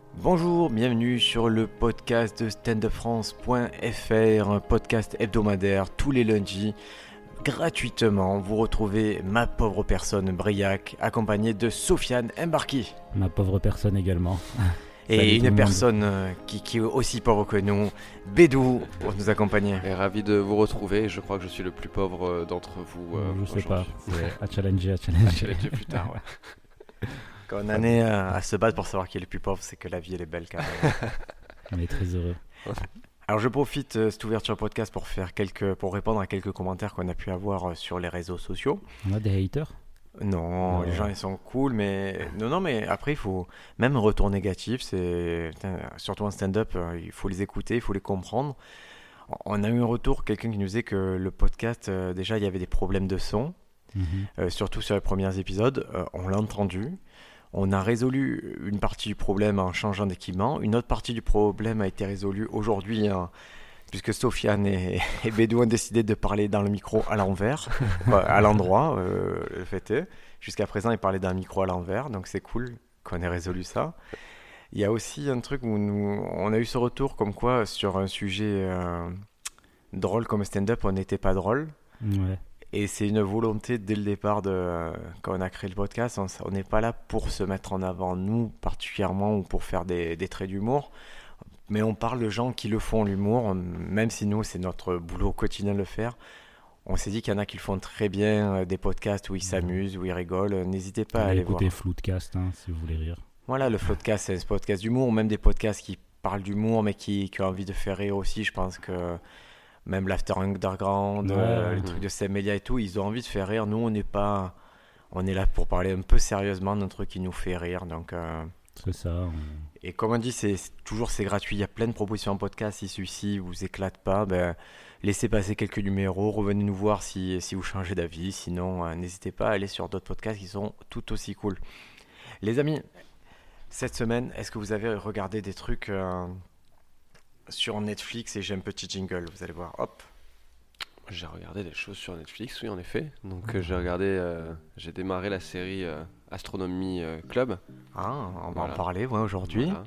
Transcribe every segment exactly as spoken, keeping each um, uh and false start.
Bonjour, bienvenue sur le podcast de stand up france point f r, un podcast hebdomadaire tous les lundis. Gratuitement, vous retrouvez ma pauvre personne Briac, accompagnée de Sofiane Embarki. Ma pauvre personne également. Et une personne qui, qui est aussi pauvre que nous, Bédou, pour nous accompagner. Et ravi de vous retrouver, je crois que je suis le plus pauvre d'entre vous. Euh, je sais pas, c'est à challenger, à challenger. à challenger plus tard, ouais. Quand on en est à, à se battre pour savoir qui est le plus pauvre, c'est que la vie elle est belle quand même. On est très heureux. Alors je profite de cette ouverture podcast pour faire quelques, pour répondre à quelques commentaires qu'on a pu avoir sur les réseaux sociaux. On a des haters ? Non, non, les gens ils sont cool, mais non, non, mais après il faut même un retour négatif. C'est putain, surtout en stand-up, il faut les écouter, il faut les comprendre. On a eu un retour, quelqu'un qui nous disait que le podcast, euh, déjà il y avait des problèmes de son, mm-hmm. euh, surtout sur les premiers épisodes. Euh, on l'a entendu. On a résolu une partie du problème en changeant d'équipement. Une autre partie du problème a été résolue aujourd'hui, hein, puisque Sofiane et, et Bédou ont décidé de parler dans le micro à l'envers, à l'endroit, euh, le fait est. Jusqu'à présent, ils parlaient d'un micro à l'envers, donc c'est cool qu'on ait résolu ça. Il y a aussi un truc où nous, on a eu ce retour comme quoi, sur un sujet euh, drôle comme stand-up, on n'était pas drôle. Ouais. Et c'est une volonté dès le départ, de, euh, quand on a créé le podcast, on n'est pas là pour se mettre en avant, nous particulièrement, ou pour faire des, des traits d'humour, mais on parle de gens qui le font, l'humour, même si nous, c'est notre boulot quotidien de le faire. On s'est dit qu'il y en a qui le font très bien, euh, des podcasts où ils s'amusent, où ils rigolent, n'hésitez pas Allez à aller écouter voir. Floodcast, hein, si vous voulez rire. Voilà, le Floodcast, c'est un podcast d'humour, ou même des podcasts qui parlent d'humour, mais qui, qui ont envie de faire rire aussi, je pense que... Même l'After Underground, ouais, euh, ouais. les trucs de C-Media et tout, ils ont envie de faire rire. Nous, on n'est pas... On est là pour parler un peu sérieusement d'un truc qui nous fait rire. Donc, euh... c'est ça. On... Et comme on dit, c'est, c'est toujours c'est gratuit. Il y a plein de propositions en podcast. Si celui-ci ne vous éclate pas, ben, laissez passer quelques numéros. Revenez nous voir si, si vous changez d'avis. Sinon, euh, n'hésitez pas à aller sur d'autres podcasts qui sont tout aussi cool. Les amis, cette semaine, est-ce que vous avez regardé des trucs... Euh... sur Netflix? Et j'ai un petit jingle, vous allez voir, hop. J'ai regardé des choses sur Netflix, oui en effet. Donc euh, j'ai regardé, euh, j'ai démarré la série euh, Astronomy euh, Club. Ah, on va voilà. en parler ouais, aujourd'hui. Voilà.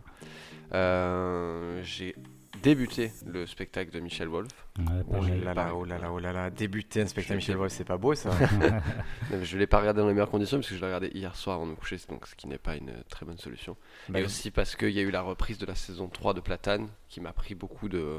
Euh, j'ai débuté le spectacle de Michel Wolf. Ouais, oh là là, oh là là, oh là là, débuter un spectacle de Michel Wolf, c'est pas beau ça. Je ne l'ai pas regardé dans les meilleures conditions parce que je l'ai regardé hier soir avant de me coucher, donc ce qui n'est pas une très bonne solution. Bah, et aussi parce qu'il y a eu la reprise de la saison trois de Platane qui m'a pris beaucoup de,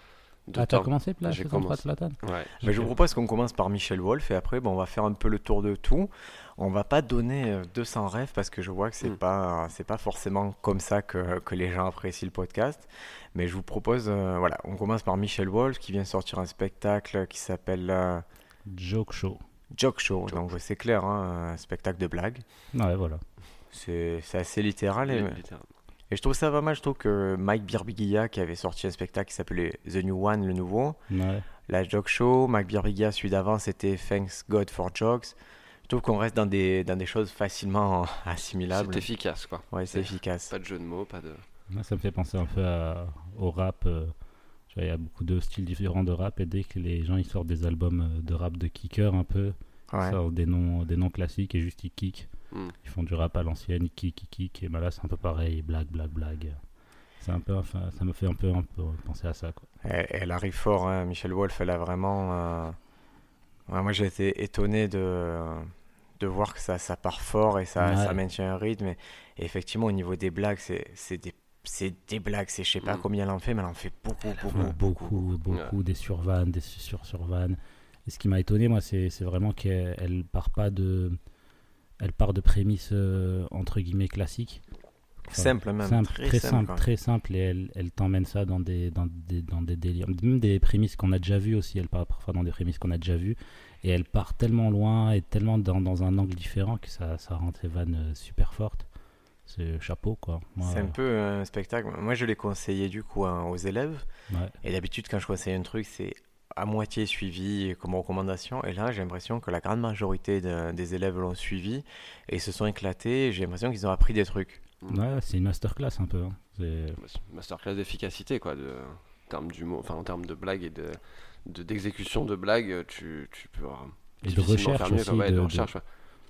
de ah, temps. t'as commencé la j'ai saison trois commencé. de Platane? Ouais. Mais je vous propose qu'on commence par Michel Wolf et après bon, on va faire un peu le tour de tout. On va pas donner deux cents rêves parce que je vois que c'est mm. pas c'est pas forcément comme ça que, que les gens apprécient le podcast. Mais je vous propose, euh, voilà, on commence par Michel Wolf qui vient sortir un spectacle qui s'appelle euh, Joke Show. Joke Show, Joke. Donc c'est clair, hein, un spectacle de blagues. Ouais, voilà. C'est, c'est assez littéral. Et, littéral. et je trouve ça pas mal. Je trouve que Mike Birbiglia qui avait sorti un spectacle qui s'appelait The New One, le nouveau. Ouais. La Joke Show, Mike Birbiglia, celui d'avant, c'était Thanks God for Jokes. Je trouve qu'on reste dans des, dans des choses facilement assimilables. C'est efficace, quoi. Ouais, c'est, c'est efficace. Pas de jeu de mots, pas de... Moi, ça me fait penser un peu à, au rap. Euh, il y a beaucoup de styles différents de rap et dès que les gens ils sortent des albums de rap de kicker un peu, ouais. Ils sortent des noms, des noms classiques et juste ils kick. Mm. Ils font du rap à l'ancienne, ils kick, ils kick. Et ben là, c'est un peu pareil, blague, blague, blague. C'est un peu, enfin, ça me fait un peu, un peu penser à ça, quoi. Elle, elle arrive fort, hein. Michel Wolf, elle a vraiment... Euh... Ouais, moi, j'ai été étonné de... de voir que ça, ça part fort et ça, ouais. ça maintient un rythme. Et, et effectivement, au niveau des blagues, c'est, c'est, des, c'est des blagues. C'est, je sais pas mmh. combien elle en fait, mais elle en fait beaucoup, elle beaucoup, beaucoup, beaucoup. Beaucoup, beaucoup ouais. Des survannes, des sur-survannes. Et ce qui m'a étonné, moi, c'est, c'est vraiment qu'elle elle part pas de... Elle part de prémices, euh, entre guillemets, classiques. Enfin, simple même, simple, très, très simple, simple, très simple. Et elle, elle t'emmène ça dans des, dans, des, dans des délires. Même des prémices qu'on a déjà vues aussi. Elle part parfois dans des prémices qu'on a déjà vues. Et elle part tellement loin et tellement dans, dans un angle différent que ça, ça rend ses vannes super fortes. C'est chapeau, quoi. Moi, c'est un peu un spectacle. Moi, je l'ai conseillé du coup hein, aux élèves. Ouais. Et d'habitude, quand je conseille un truc, c'est à moitié suivi comme recommandation. Et là, j'ai l'impression que la grande majorité de, des élèves l'ont suivi et se sont éclatés. J'ai l'impression qu'ils ont appris des trucs. Ouais, c'est une masterclass un peu. Hein. C'est... Masterclass d'efficacité, quoi. De, en termes d'humour, enfin en termes de blagues et de, de d'exécution de blagues, tu, tu peux. Et de recherche mieux, aussi, ouais, de, de recherche. De, ouais.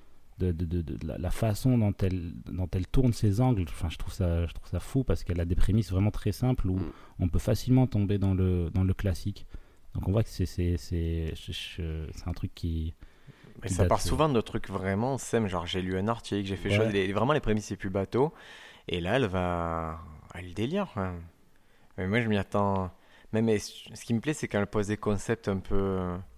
de, de, de, de la, la façon dont elle, dont elle tourne ses angles. Enfin, je trouve ça, je trouve ça fou parce qu'elle a des prémices vraiment très simples où mm. on peut facilement tomber dans le, dans le classique. Donc on voit que c'est, c'est, c'est, c'est, c'est un truc qui... Mais ça part souvent de trucs vraiment simples, genre j'ai lu un article, j'ai fait ouais. chose, les, vraiment les prémices c'est plus bateau, et là elle va, elle délire. Hein. Mais moi je m'y attends, même ce qui me plaît c'est quand elle pose des concepts un peu,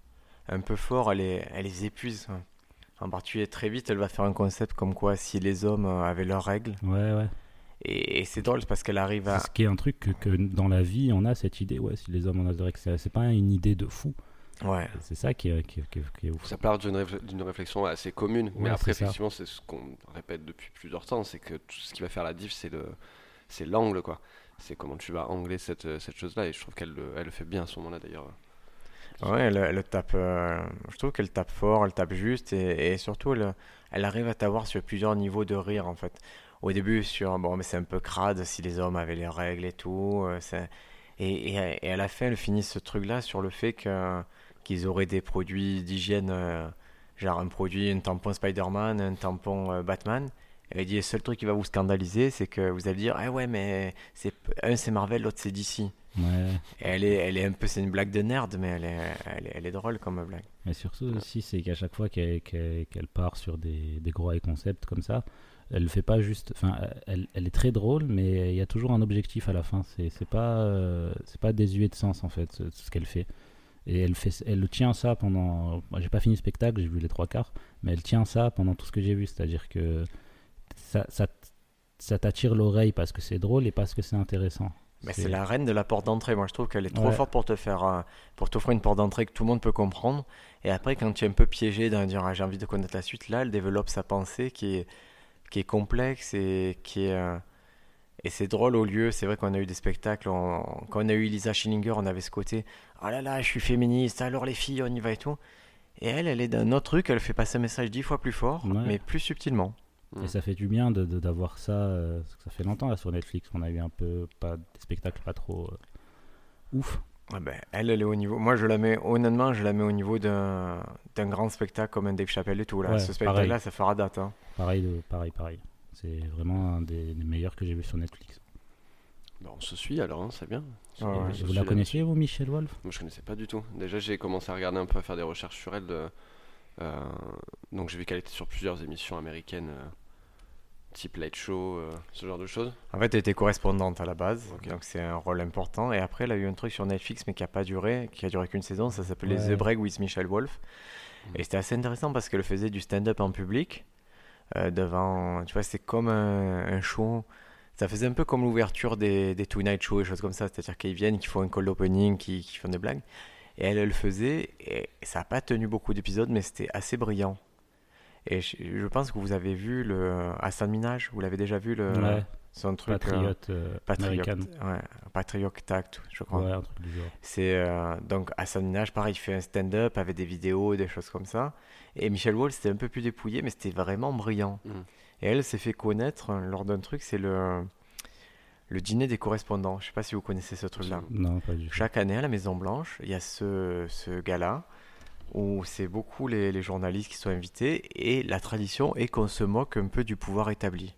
un peu forts, elle les, elle les épuise. Hein. En particulier très vite elle va faire un concept comme quoi si les hommes avaient leurs règles. Ouais ouais. Et, et c'est drôle parce qu'elle arrive à... C'est ce qui est un truc que, que dans la vie on a cette idée, ouais si les hommes ont leurs règles, c'est, c'est pas une idée de fou. Ouais. C'est ça qui est, qui, qui, qui est ouf. Ça part d'une, réf- d'une réflexion assez commune, ouais, mais après, c'est effectivement, ça. C'est ce qu'on répète depuis plusieurs temps, c'est que tout ce qui va faire la diff, c'est, le, c'est l'angle, quoi. C'est comment tu vas angler cette, cette chose-là, et je trouve qu'elle elle le fait bien à ce moment-là, d'ailleurs. Ouais, elle, elle tape, euh, je trouve qu'elle tape fort, elle tape juste, et, et surtout, elle, elle arrive à t'avoir sur plusieurs niveaux de rire, en fait. Au début, sur, bon, mais c'est un peu crade, si les hommes avaient les règles et tout, euh, c'est... Et, et, et à la fin, elle finit ce truc-là sur le fait que qu'ils auraient des produits d'hygiène, euh, genre un produit, un tampon Spider-Man, un tampon euh, Batman. Et elle dit, le seul truc qui va vous scandaliser, c'est que vous allez dire, ah ouais, mais c'est, un c'est Marvel, l'autre c'est D C. Ouais. Et elle est, elle est un peu, c'est une blague de nerd, mais elle est, elle est, elle est drôle comme blague. Mais surtout ouais. aussi, c'est qu'à chaque fois qu'elle, qu'elle, qu'elle part sur des, des gros high concepts comme ça, elle fait pas juste, enfin, elle, elle est très drôle, mais il y a toujours un objectif à la fin. C'est, c'est pas, euh, c'est pas désuet de sens en fait, ce, ce qu'elle fait. Et elle fait, elle tient ça pendant. Moi, j'ai pas fini le spectacle, j'ai vu les trois quarts, mais elle tient ça pendant tout ce que j'ai vu, c'est-à-dire que ça, ça, ça t'attire l'oreille parce que c'est drôle et parce que c'est intéressant. Mais c'est... c'est la reine de la porte d'entrée. Moi, je trouve qu'elle est trop ouais. forte pour te faire, euh, pour t'offrir une porte d'entrée que tout le monde peut comprendre. Et après, quand tu es un peu piégé dans dire ah, j'ai envie de connaître la suite, là, elle développe sa pensée qui est qui est complexe et qui est euh, et c'est drôle au lieu. C'est vrai qu'on a eu des spectacles. On, quand on a eu Lisa Schillinger, on avait ce côté ah là là, je suis féministe. Alors les filles, on y va et tout. Et elle, elle est d'un autre truc. Elle fait passer un message dix fois plus fort, ouais. mais plus subtilement. Et ça fait du bien de, de, d'avoir ça. Euh, ça fait longtemps là sur Netflix qu'on a eu un peu pas des spectacles pas trop euh, ouf. Ouais ben, elle, elle est au niveau. Moi, je la mets honnêtement, je la mets au niveau d'un, d'un grand spectacle comme un Dave Chappelle et tout là. Ouais, Ce spectacle-là, ça fera date. Hein. Pareil, de, pareil, pareil. C'est vraiment un des, des meilleurs que j'ai vu sur Netflix. Bah, on se suit alors, hein, c'est bien. Ouais, ouais. Vous la connaissiez vous, Michelle Wolf ? Moi, je connaissais pas du tout. Déjà, j'ai commencé à regarder un peu, à faire des recherches sur elle. De, euh, donc, j'ai vu qu'elle était sur plusieurs émissions américaines. Euh, type Late Show, euh, ce genre de choses. En fait, elle était correspondante à la base, okay. donc c'est un rôle important. Et après, elle a eu un truc sur Netflix, mais qui a pas duré, qui a duré qu'une saison. Ça s'appelait ouais. The Break with Michelle Wolf. Mmh. Et c'était assez intéressant parce qu'elle faisait du stand-up en public euh, devant. Tu vois, c'est comme un, un show. Ça faisait un peu comme l'ouverture des, des Tonight Show et choses comme ça, c'est-à-dire qu'ils viennent, qu'ils font un cold opening, qu'ils, qu'ils font des blagues. Et elle, elle le faisait, et ça n'a pas tenu beaucoup d'épisodes, mais c'était assez brillant. Et je, je pense que vous avez vu le Hassan Minhaj, vous l'avez déjà vu le ouais. son truc Patriote euh, Patriot, américaine. Ouais, Patriot Tact, je crois. Ouais, un truc du genre. C'est euh, donc Hassan Minhaj, pareil, il fait un stand-up avec des vidéos, des choses comme ça. Et Michelle Wolf, c'était un peu plus dépouillé, mais c'était vraiment brillant. Mm. Et elle s'est fait connaître lors d'un truc, c'est le le dîner des correspondants. Je sais pas si vous connaissez ce truc-là. Non, pas du tout. Chaque année à la Maison Blanche, il y a ce ce gala où c'est beaucoup les, les journalistes qui sont invités, et la tradition est qu'on se moque un peu du pouvoir établi.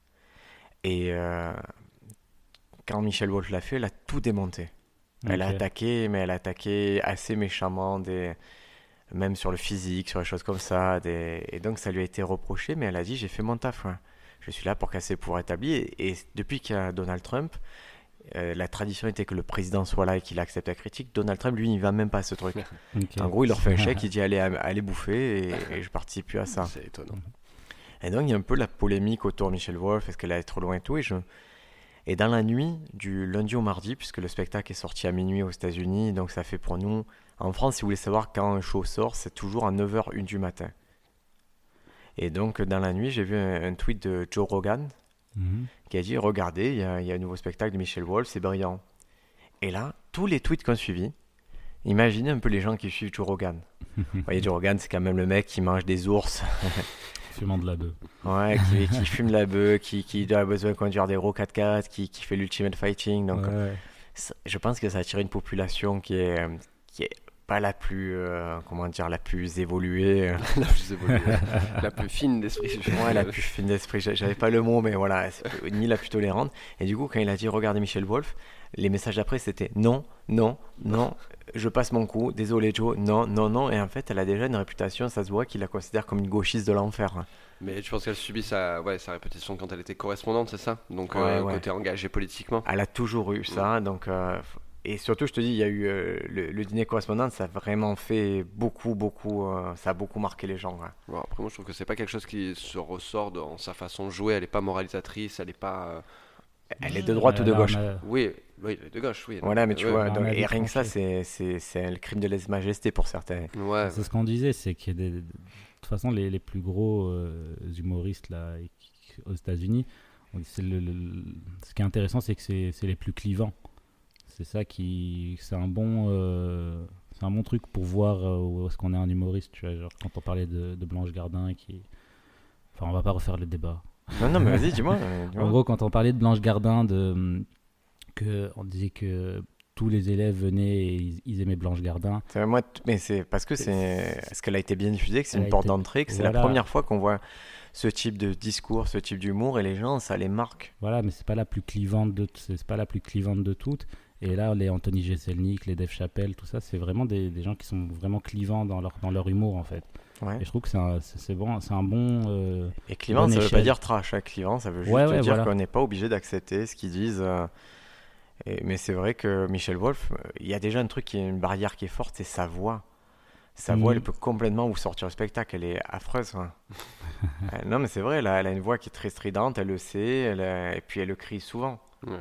Et euh, quand Michelle Wolf l'a fait, elle a tout démonté. Elle okay. a attaqué, mais elle a attaqué assez méchamment, des, même sur le physique, sur les choses comme ça. Des, et donc ça lui a été reproché, mais elle a dit, j'ai fait mon taf. Ouais. Je suis là pour casser le pouvoir établi. Et, et depuis qu'il y a Donald Trump, Euh, la tradition était que le président soit là et qu'il accepte la critique. Donald Trump, lui, il va même pas à ce truc. Okay. En gros, il leur fait un chèque, il dit allez, allez bouffer, et, et je participe plus à ça. C'est étonnant. Et donc, il y a un peu la polémique autour de Michelle Wolf, est-ce qu'elle allait trop loin et tout. Et, je... et dans la nuit du lundi au mardi, puisque le spectacle est sorti à minuit aux États-Unis, donc ça fait pour nous, en France, si vous voulez savoir quand un show sort, c'est toujours à neuf heures une du matin. Et donc, dans la nuit, j'ai vu un, un tweet de Joe Rogan. Mmh. Qui a dit regardez, il y, y a un nouveau spectacle de Michelle Wolf, c'est brillant. Et là, tous les tweets qu'on suivi, imaginez un peu les gens qui suivent Joe Rogan. Vous voyez, Joe Rogan, c'est quand même le mec qui mange des ours. Fumant de la bœuf. Ouais, qui, qui fume de la bœuf, qui, qui a besoin de conduire des gros quatre-quatre, qui, qui fait l'ultimate fighting. Donc, ouais. je pense que ça attire une population qui est, qui est pas la plus, euh, comment dire, la plus évoluée. la plus évoluée, la plus fine d'esprit. Ouais, la plus fine d'esprit, j'avais pas le mot, mais voilà, ni la plus tolérante. Et du coup, quand il a dit regardez Michel Wolf, les messages après c'était non, non, non, je passe mon coup, désolé Joe, non, non, non. Et en fait, elle a déjà une réputation, ça se voit qu'il la considère comme une gauchiste de l'enfer. Mais tu penses qu'elle subit sa, ouais, sa réputation quand elle était correspondante, c'est ça? Donc, ouais, euh, ouais. Côté engagé politiquement. Elle a toujours eu ça, ouais. donc. Euh, Et surtout, je te dis, il y a eu euh, le, le dîner correspondant, ça a vraiment fait beaucoup, beaucoup, euh, ça a beaucoup marqué les gens. Ouais. Bon, après, moi, je trouve que c'est pas quelque chose qui se ressort dans sa façon de jouer. Elle est pas moralisatrice, elle est pas. Euh... Elle est de droite ou de gauche. A... Oui, oui, de gauche, oui. Voilà, mais tu ouais, vois, donc, et rien que ça, c'est, c'est, c'est le crime de lèse-majesté pour certains. Ouais. C'est ce qu'on disait, c'est que des, de toute façon, les, les plus gros euh, humoristes là, aux États-Unis, c'est le, le, ce qui est intéressant, c'est que c'est, c'est les plus clivants. C'est ça qui, c'est un bon, euh, c'est un bon truc pour voir euh, où est-ce qu'on est un humoriste, tu vois, genre quand on parlait de, de Blanche Gardin qui, enfin on va pas refaire le débat. Non non mais vas-y dis-moi. dis-moi. En gros quand on parlait de Blanche Gardin, de que on disait que tous les élèves venaient et ils, ils aimaient Blanche Gardin. C'est, moi, mais c'est parce que c'est, est-ce qu'elle a été bien diffusée, que c'est Elle une porte été... d'entrée, que c'est voilà. la première fois qu'on voit ce type de discours, ce type d'humour et les gens ça les marque. Voilà, mais c'est pas la plus clivante de, c'est pas la plus clivante de toutes. Et là, les Anthony Jeselnik, les Dave Chappelle, tout ça, c'est vraiment des, des gens qui sont vraiment clivants dans leur, dans leur humour, en fait. Ouais. Et je trouve que c'est un, c'est, c'est bon, c'est un bon. Euh, et clivant, ça échelle. veut pas dire trash. Hein. Clivant, ça veut juste ouais, ouais, dire voilà. qu'on n'est pas obligé d'accepter ce qu'ils disent. Euh, et, mais c'est vrai que Michel Wolf, il y a déjà un truc qui est une barrière qui est forte, c'est sa voix. Sa mmh. voix, elle peut complètement vous sortir au spectacle. Elle est affreuse. Hein. euh, non, mais c'est vrai, elle a, elle a une voix qui est très stridente, elle le sait, elle a, et puis elle le crie souvent. Ouais.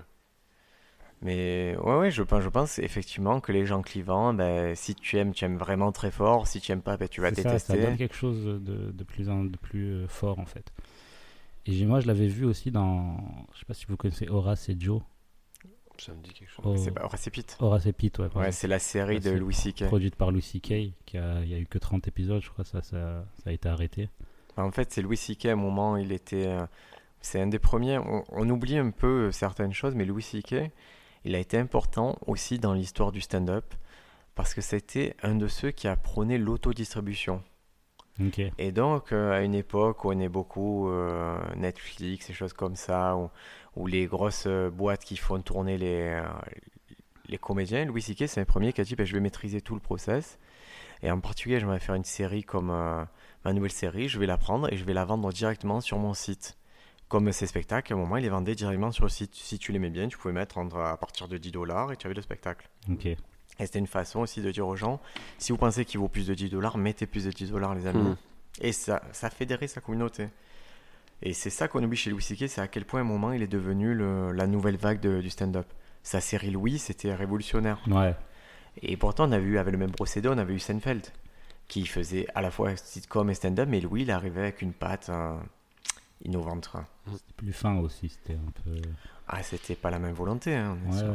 Mais ouais, ouais, je pense, je pense effectivement que les gens clivants, ben, si tu aimes, tu aimes vraiment très fort. Si tu aimes pas, ben, tu vas c'est détester. Ça, ça donne quelque chose de, de plus, de plus fort en fait. Et moi, je l'avais vu aussi dans, je sais pas si vous connaissez Horace et Joe. Ça me dit quelque chose. Oh. C'est pas Horace et Pete. Horace et Pete, ouais. Ouais, c'est la série ça, de Louis C K. Produite par Louis C K. Qui a, il y a eu que trente épisodes, je crois, ça, ça, ça a été arrêté. En fait, c'est Louis C K. À un moment, il était, euh, c'est un des premiers. On, on oublie un peu certaines choses, mais Louis C K. Il a été important aussi dans l'histoire du stand-up parce que c'était un de ceux qui a prôné l'autodistribution. Okay. Et donc, euh, à une époque où on est beaucoup euh, Netflix et choses comme ça, où, où les grosses euh, boîtes qui font tourner les, euh, les comédiens, Louis C K, c'est un premier qui a dit ben, je vais maîtriser tout le process. Et en particulier, je vais faire une série comme euh, ma nouvelle série, je vais la prendre et je vais la vendre directement sur mon site. Comme ces spectacles, à un moment, ils les vendaient directement sur le site. Si tu l'aimais bien, tu pouvais mettre à partir de dix dollars et tu avais le spectacle. Okay. Et c'était une façon aussi de dire aux gens, si vous pensez qu'il vaut plus de dix dollars, mettez plus de dix dollars, les amis. Mmh. Et ça, ça fédérait sa communauté. Et c'est ça qu'on oublie chez Louis C K, c'est à quel point à un moment, il est devenu le, la nouvelle vague de, du stand-up. Sa série Louis, c'était révolutionnaire. Ouais. Et pourtant, on avait eu, avec le même procédé, on avait eu Seinfeld, qui faisait à la fois sitcom et stand-up, mais Louis, il arrivait avec une patte... Euh, innovante. C'était plus fin aussi, c'était un peu... Ah, c'était pas la même volonté, hein, bien ouais, sûr. Ouais.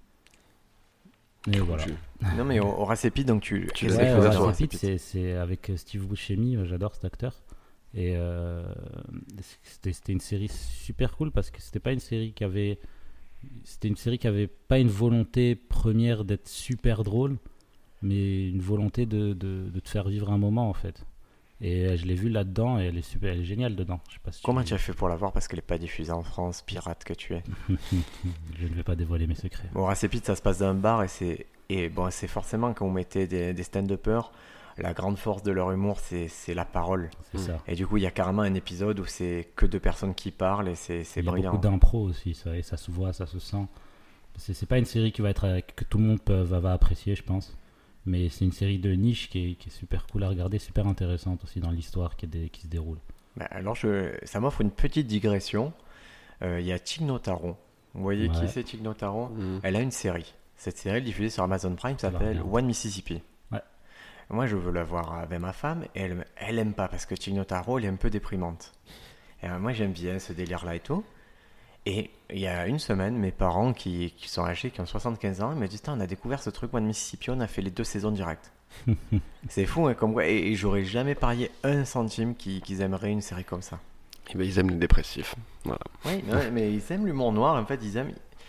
Mais voilà. Non, mais Horace et Pete, donc tu... tu ouais, Horace Horace et Pete, c'est, c'est avec Steve Buscemi, j'adore cet acteur. Et euh, c'était, c'était une série super cool parce que c'était pas une série qui avait... C'était une série qui avait pas une volonté première d'être super drôle, mais une volonté de, de, de te faire vivre un moment, en fait. Et je l'ai vue là-dedans et elle est super, elle est géniale dedans. Je sais pas si Comment tu... tu as fait pour la voir parce qu'elle n'est pas diffusée en France, pirate que tu es? Je ne vais pas dévoiler mes secrets. Bon, Horace et Pete, ça se passe dans un bar et c'est, et bon, c'est forcément quand vous mettez des, des stand-uppers, la grande force de leur humour, c'est, c'est la parole. C'est ça. Et du coup, il y a carrément un épisode où c'est que deux personnes qui parlent et c'est, c'est il y brillant. Il y a beaucoup d'impro aussi, ça, et ça se voit, ça se sent. C'est, c'est pas une série qui va être, que tout le monde peut, va, va apprécier, je pense. Mais c'est une série de niche qui est, qui est super cool à regarder, super intéressante aussi dans l'histoire qui, est, qui se déroule. Bah alors, je, ça m'offre une petite digression. Il euh, y a Tig Notaro. Vous voyez ouais. qui c'est Tig Notaro? mmh. Elle a une série. Cette série, elle est diffusée sur Amazon Prime, s'appelle One Mississippi. Ouais. Moi, je veux la voir avec ma femme et elle, elle aime pas parce que Tig Notaro, elle est un peu déprimante. Et euh, moi, j'aime bien ce délire-là et tout. Et il y a une semaine, mes parents qui, qui sont âgés, qui ont soixante-quinze ans, ils me disent « on a découvert ce truc, One Mississippi, on a fait les deux saisons directes. » C'est fou, hein, comme quoi. Et, et j'aurais jamais parié un centime qu'ils, qu'ils aimeraient une série comme ça. Et ben, ils aiment les dépressifs. Voilà. Oui, ouais, mais ils aiment l'humour noir, en fait, ils aiment...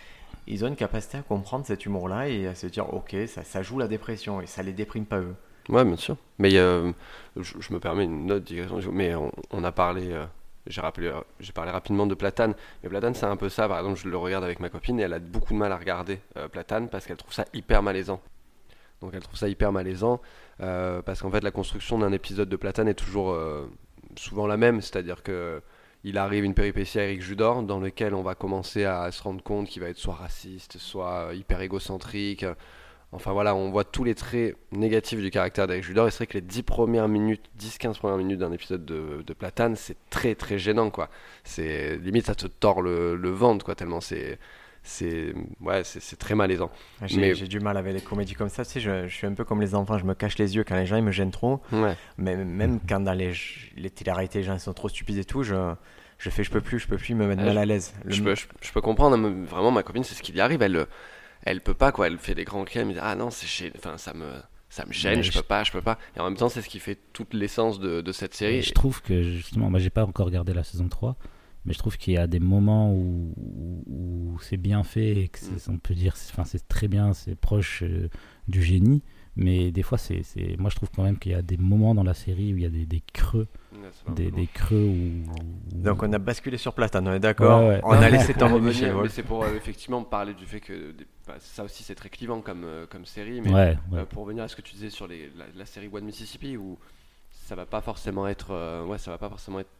ils ont une capacité à comprendre cet humour-là et à se dire, ok, ça, ça joue la dépression et ça les déprime pas eux. Ouais, bien sûr. Mais euh, je, je me permets une autre digression, mais on, on a parlé, euh, j'ai rappelé, euh, j'ai parlé rapidement de Platane. Mais Platane, c'est un peu ça. Par exemple, je le regarde avec ma copine et elle a beaucoup de mal à regarder euh, Platane parce qu'elle trouve ça hyper malaisant. Donc elle trouve ça hyper malaisant euh, parce qu'en fait, la construction d'un épisode de Platane est toujours euh, souvent la même, c'est-à-dire que il arrive une péripétie à Eric Judor dans lequel on va commencer à se rendre compte qu'il va être soit raciste, soit hyper égocentrique. Enfin voilà, on voit tous les traits négatifs du caractère d'Eric Judor. Et c'est vrai que les dix premières minutes, dix quinze premières minutes d'un épisode de, de Platane, c'est très très gênant quoi. C'est limite ça te tord le, le ventre quoi, tellement c'est c'est ouais, c'est, c'est très malaisant. J'ai, Mais... j'ai du mal avec les comédies comme ça, tu sais, je, je suis un peu comme les enfants, je me cache les yeux quand les gens ils me gênent trop. Ouais. Mais même quand dans les les télé-réalités les gens sont trop stupides et tout, je je fais je peux plus, je peux plus me mettre ouais, mal je, à l'aise. Le... Je, peux, je, je peux comprendre vraiment ma copine, c'est ce qui lui arrive, elle elle peut pas quoi, elle fait des grands cris, elle me dit ah non c'est gê... enfin ça me ça me gêne, je, je peux pas, je peux pas. Et en même temps c'est ce qui fait toute l'essence de, de cette série. Et je trouve que justement, moi j'ai pas encore regardé la saison trois, mais je trouve qu'il y a des moments où, où, où c'est bien fait et que c'est, mm. on peut dire, c'est, enfin c'est très bien, c'est proche euh, du génie. Mais des fois, c'est, c'est, moi je trouve quand même qu'il y a des moments dans la série où il y a des, des creux, ouais, des, des creux où, où... Donc on a basculé sur Platane, on est d'accord. Ouais, ouais. On a laissé tomber Michel. Mais c'est pour euh, effectivement parler du fait que bah, ça aussi c'est très clivant comme, euh, comme série. Mais ouais, ouais. Euh, pour revenir à ce que tu disais sur les, la, la série One Mississippi, où ça va pas forcément être, euh, ouais, ça va pas forcément être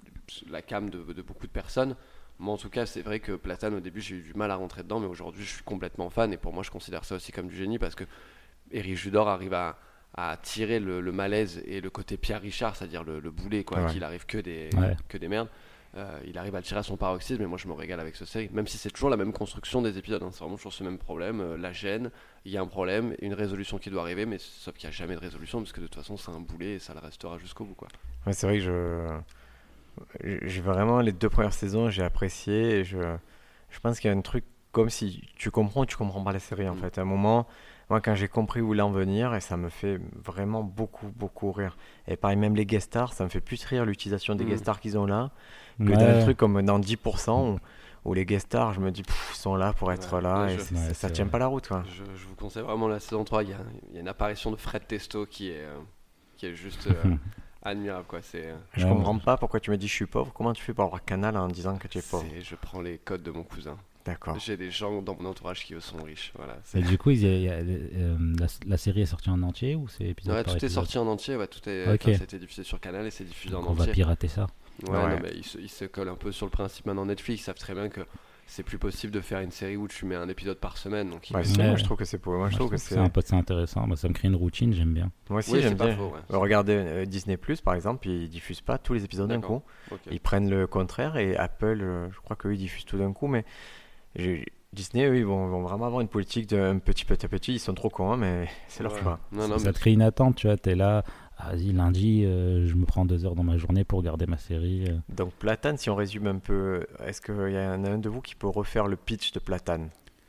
la came de, de beaucoup de personnes. Moi en tout cas c'est vrai que Platane au début j'ai eu du mal à rentrer dedans, mais aujourd'hui je suis complètement fan et pour moi je considère ça aussi comme du génie parce que Eric Judor arrive à, à tirer le, le malaise et le côté Pierre Richard, c'est-à-dire le, le boulet, quoi, ouais. qu'il arrive que des, ouais. que des merdes. Euh, il arrive à le tirer à son paroxysme, mais moi je me régale avec ce série, même si c'est toujours la même construction des épisodes, hein. C'est vraiment toujours ce même problème, euh, la gêne, il y a un problème, une résolution qui doit arriver, mais sauf qu'il n'y a jamais de résolution, parce que de toute façon c'est un boulet et ça le restera jusqu'au bout, quoi. Ouais, c'est vrai que je... j'ai vraiment les deux premières saisons, j'ai apprécié, et je... je pense qu'il y a un truc comme si tu comprends ou tu comprends pas la série, en mmh. fait. À un moment... Moi, quand j'ai compris où il en venir, et ça me fait vraiment beaucoup, beaucoup rire. Et pareil, même les guest stars, ça me fait plus rire l'utilisation des mmh. guest stars qu'ils ont là, que ouais. dans un truc comme dans dix pour cent, où, où les guest stars, je me dis, pff, ils sont là pour être ouais, là, et je, ouais, ça tient vrai. pas la route, quoi. Je, je vous conseille vraiment la saison trois, il y a, il y a une apparition de Fred Testo qui est, euh, qui est juste euh, admirable, quoi. C'est, euh, je ouais, comprends ouais. pas pourquoi tu me dis je suis pauvre, comment tu fais pour avoir Canal en disant que tu es pauvre? C'est, je prends les codes de mon cousin. D'accord. J'ai des gens dans mon entourage qui eux sont riches. Voilà, et du coup, il y a, il y a, euh, la, la série est sortie en entier ou c'est épisode ouais, par tout épisode? est sorti en entier. Ouais, tout est. Okay. C'était diffusé sur Canal et c'est diffusé donc en on entier. On va pirater ça. Ouais, ouais. Non, mais ils se, ils se collent un peu sur le principe maintenant. Netflix, ils savent très bien que c'est plus possible de faire une série où tu mets un épisode par semaine. Donc ouais, c'est, moi, je trouve que c'est pour moi, je trouve que c'est. C'est un peu c'est intéressant. Moi, ça me crée une routine. J'aime bien. Moi aussi, oui, j'aime bien. Faux, ouais. Regardez euh, Disney Plus, par exemple, ils diffusent pas tous les épisodes D'accord. d'un coup. Okay. Ils prennent le contraire et Apple, euh, je crois qu'eux ils diffusent tout d'un coup, mais j'ai Disney, eux, ils vont, vont vraiment avoir une politique de un petit petit à petit. Ils sont trop cons, hein, mais c'est leur ouais. choix. Non, non, ça mais... te crée une attente, tu vois. T'es là, ah, vas-y, lundi, euh, je me prends deux heures dans ma journée pour regarder ma série. Euh. Donc Platane, si on résume un peu, est-ce qu'il y en a un de vous qui peut refaire le pitch de Platane?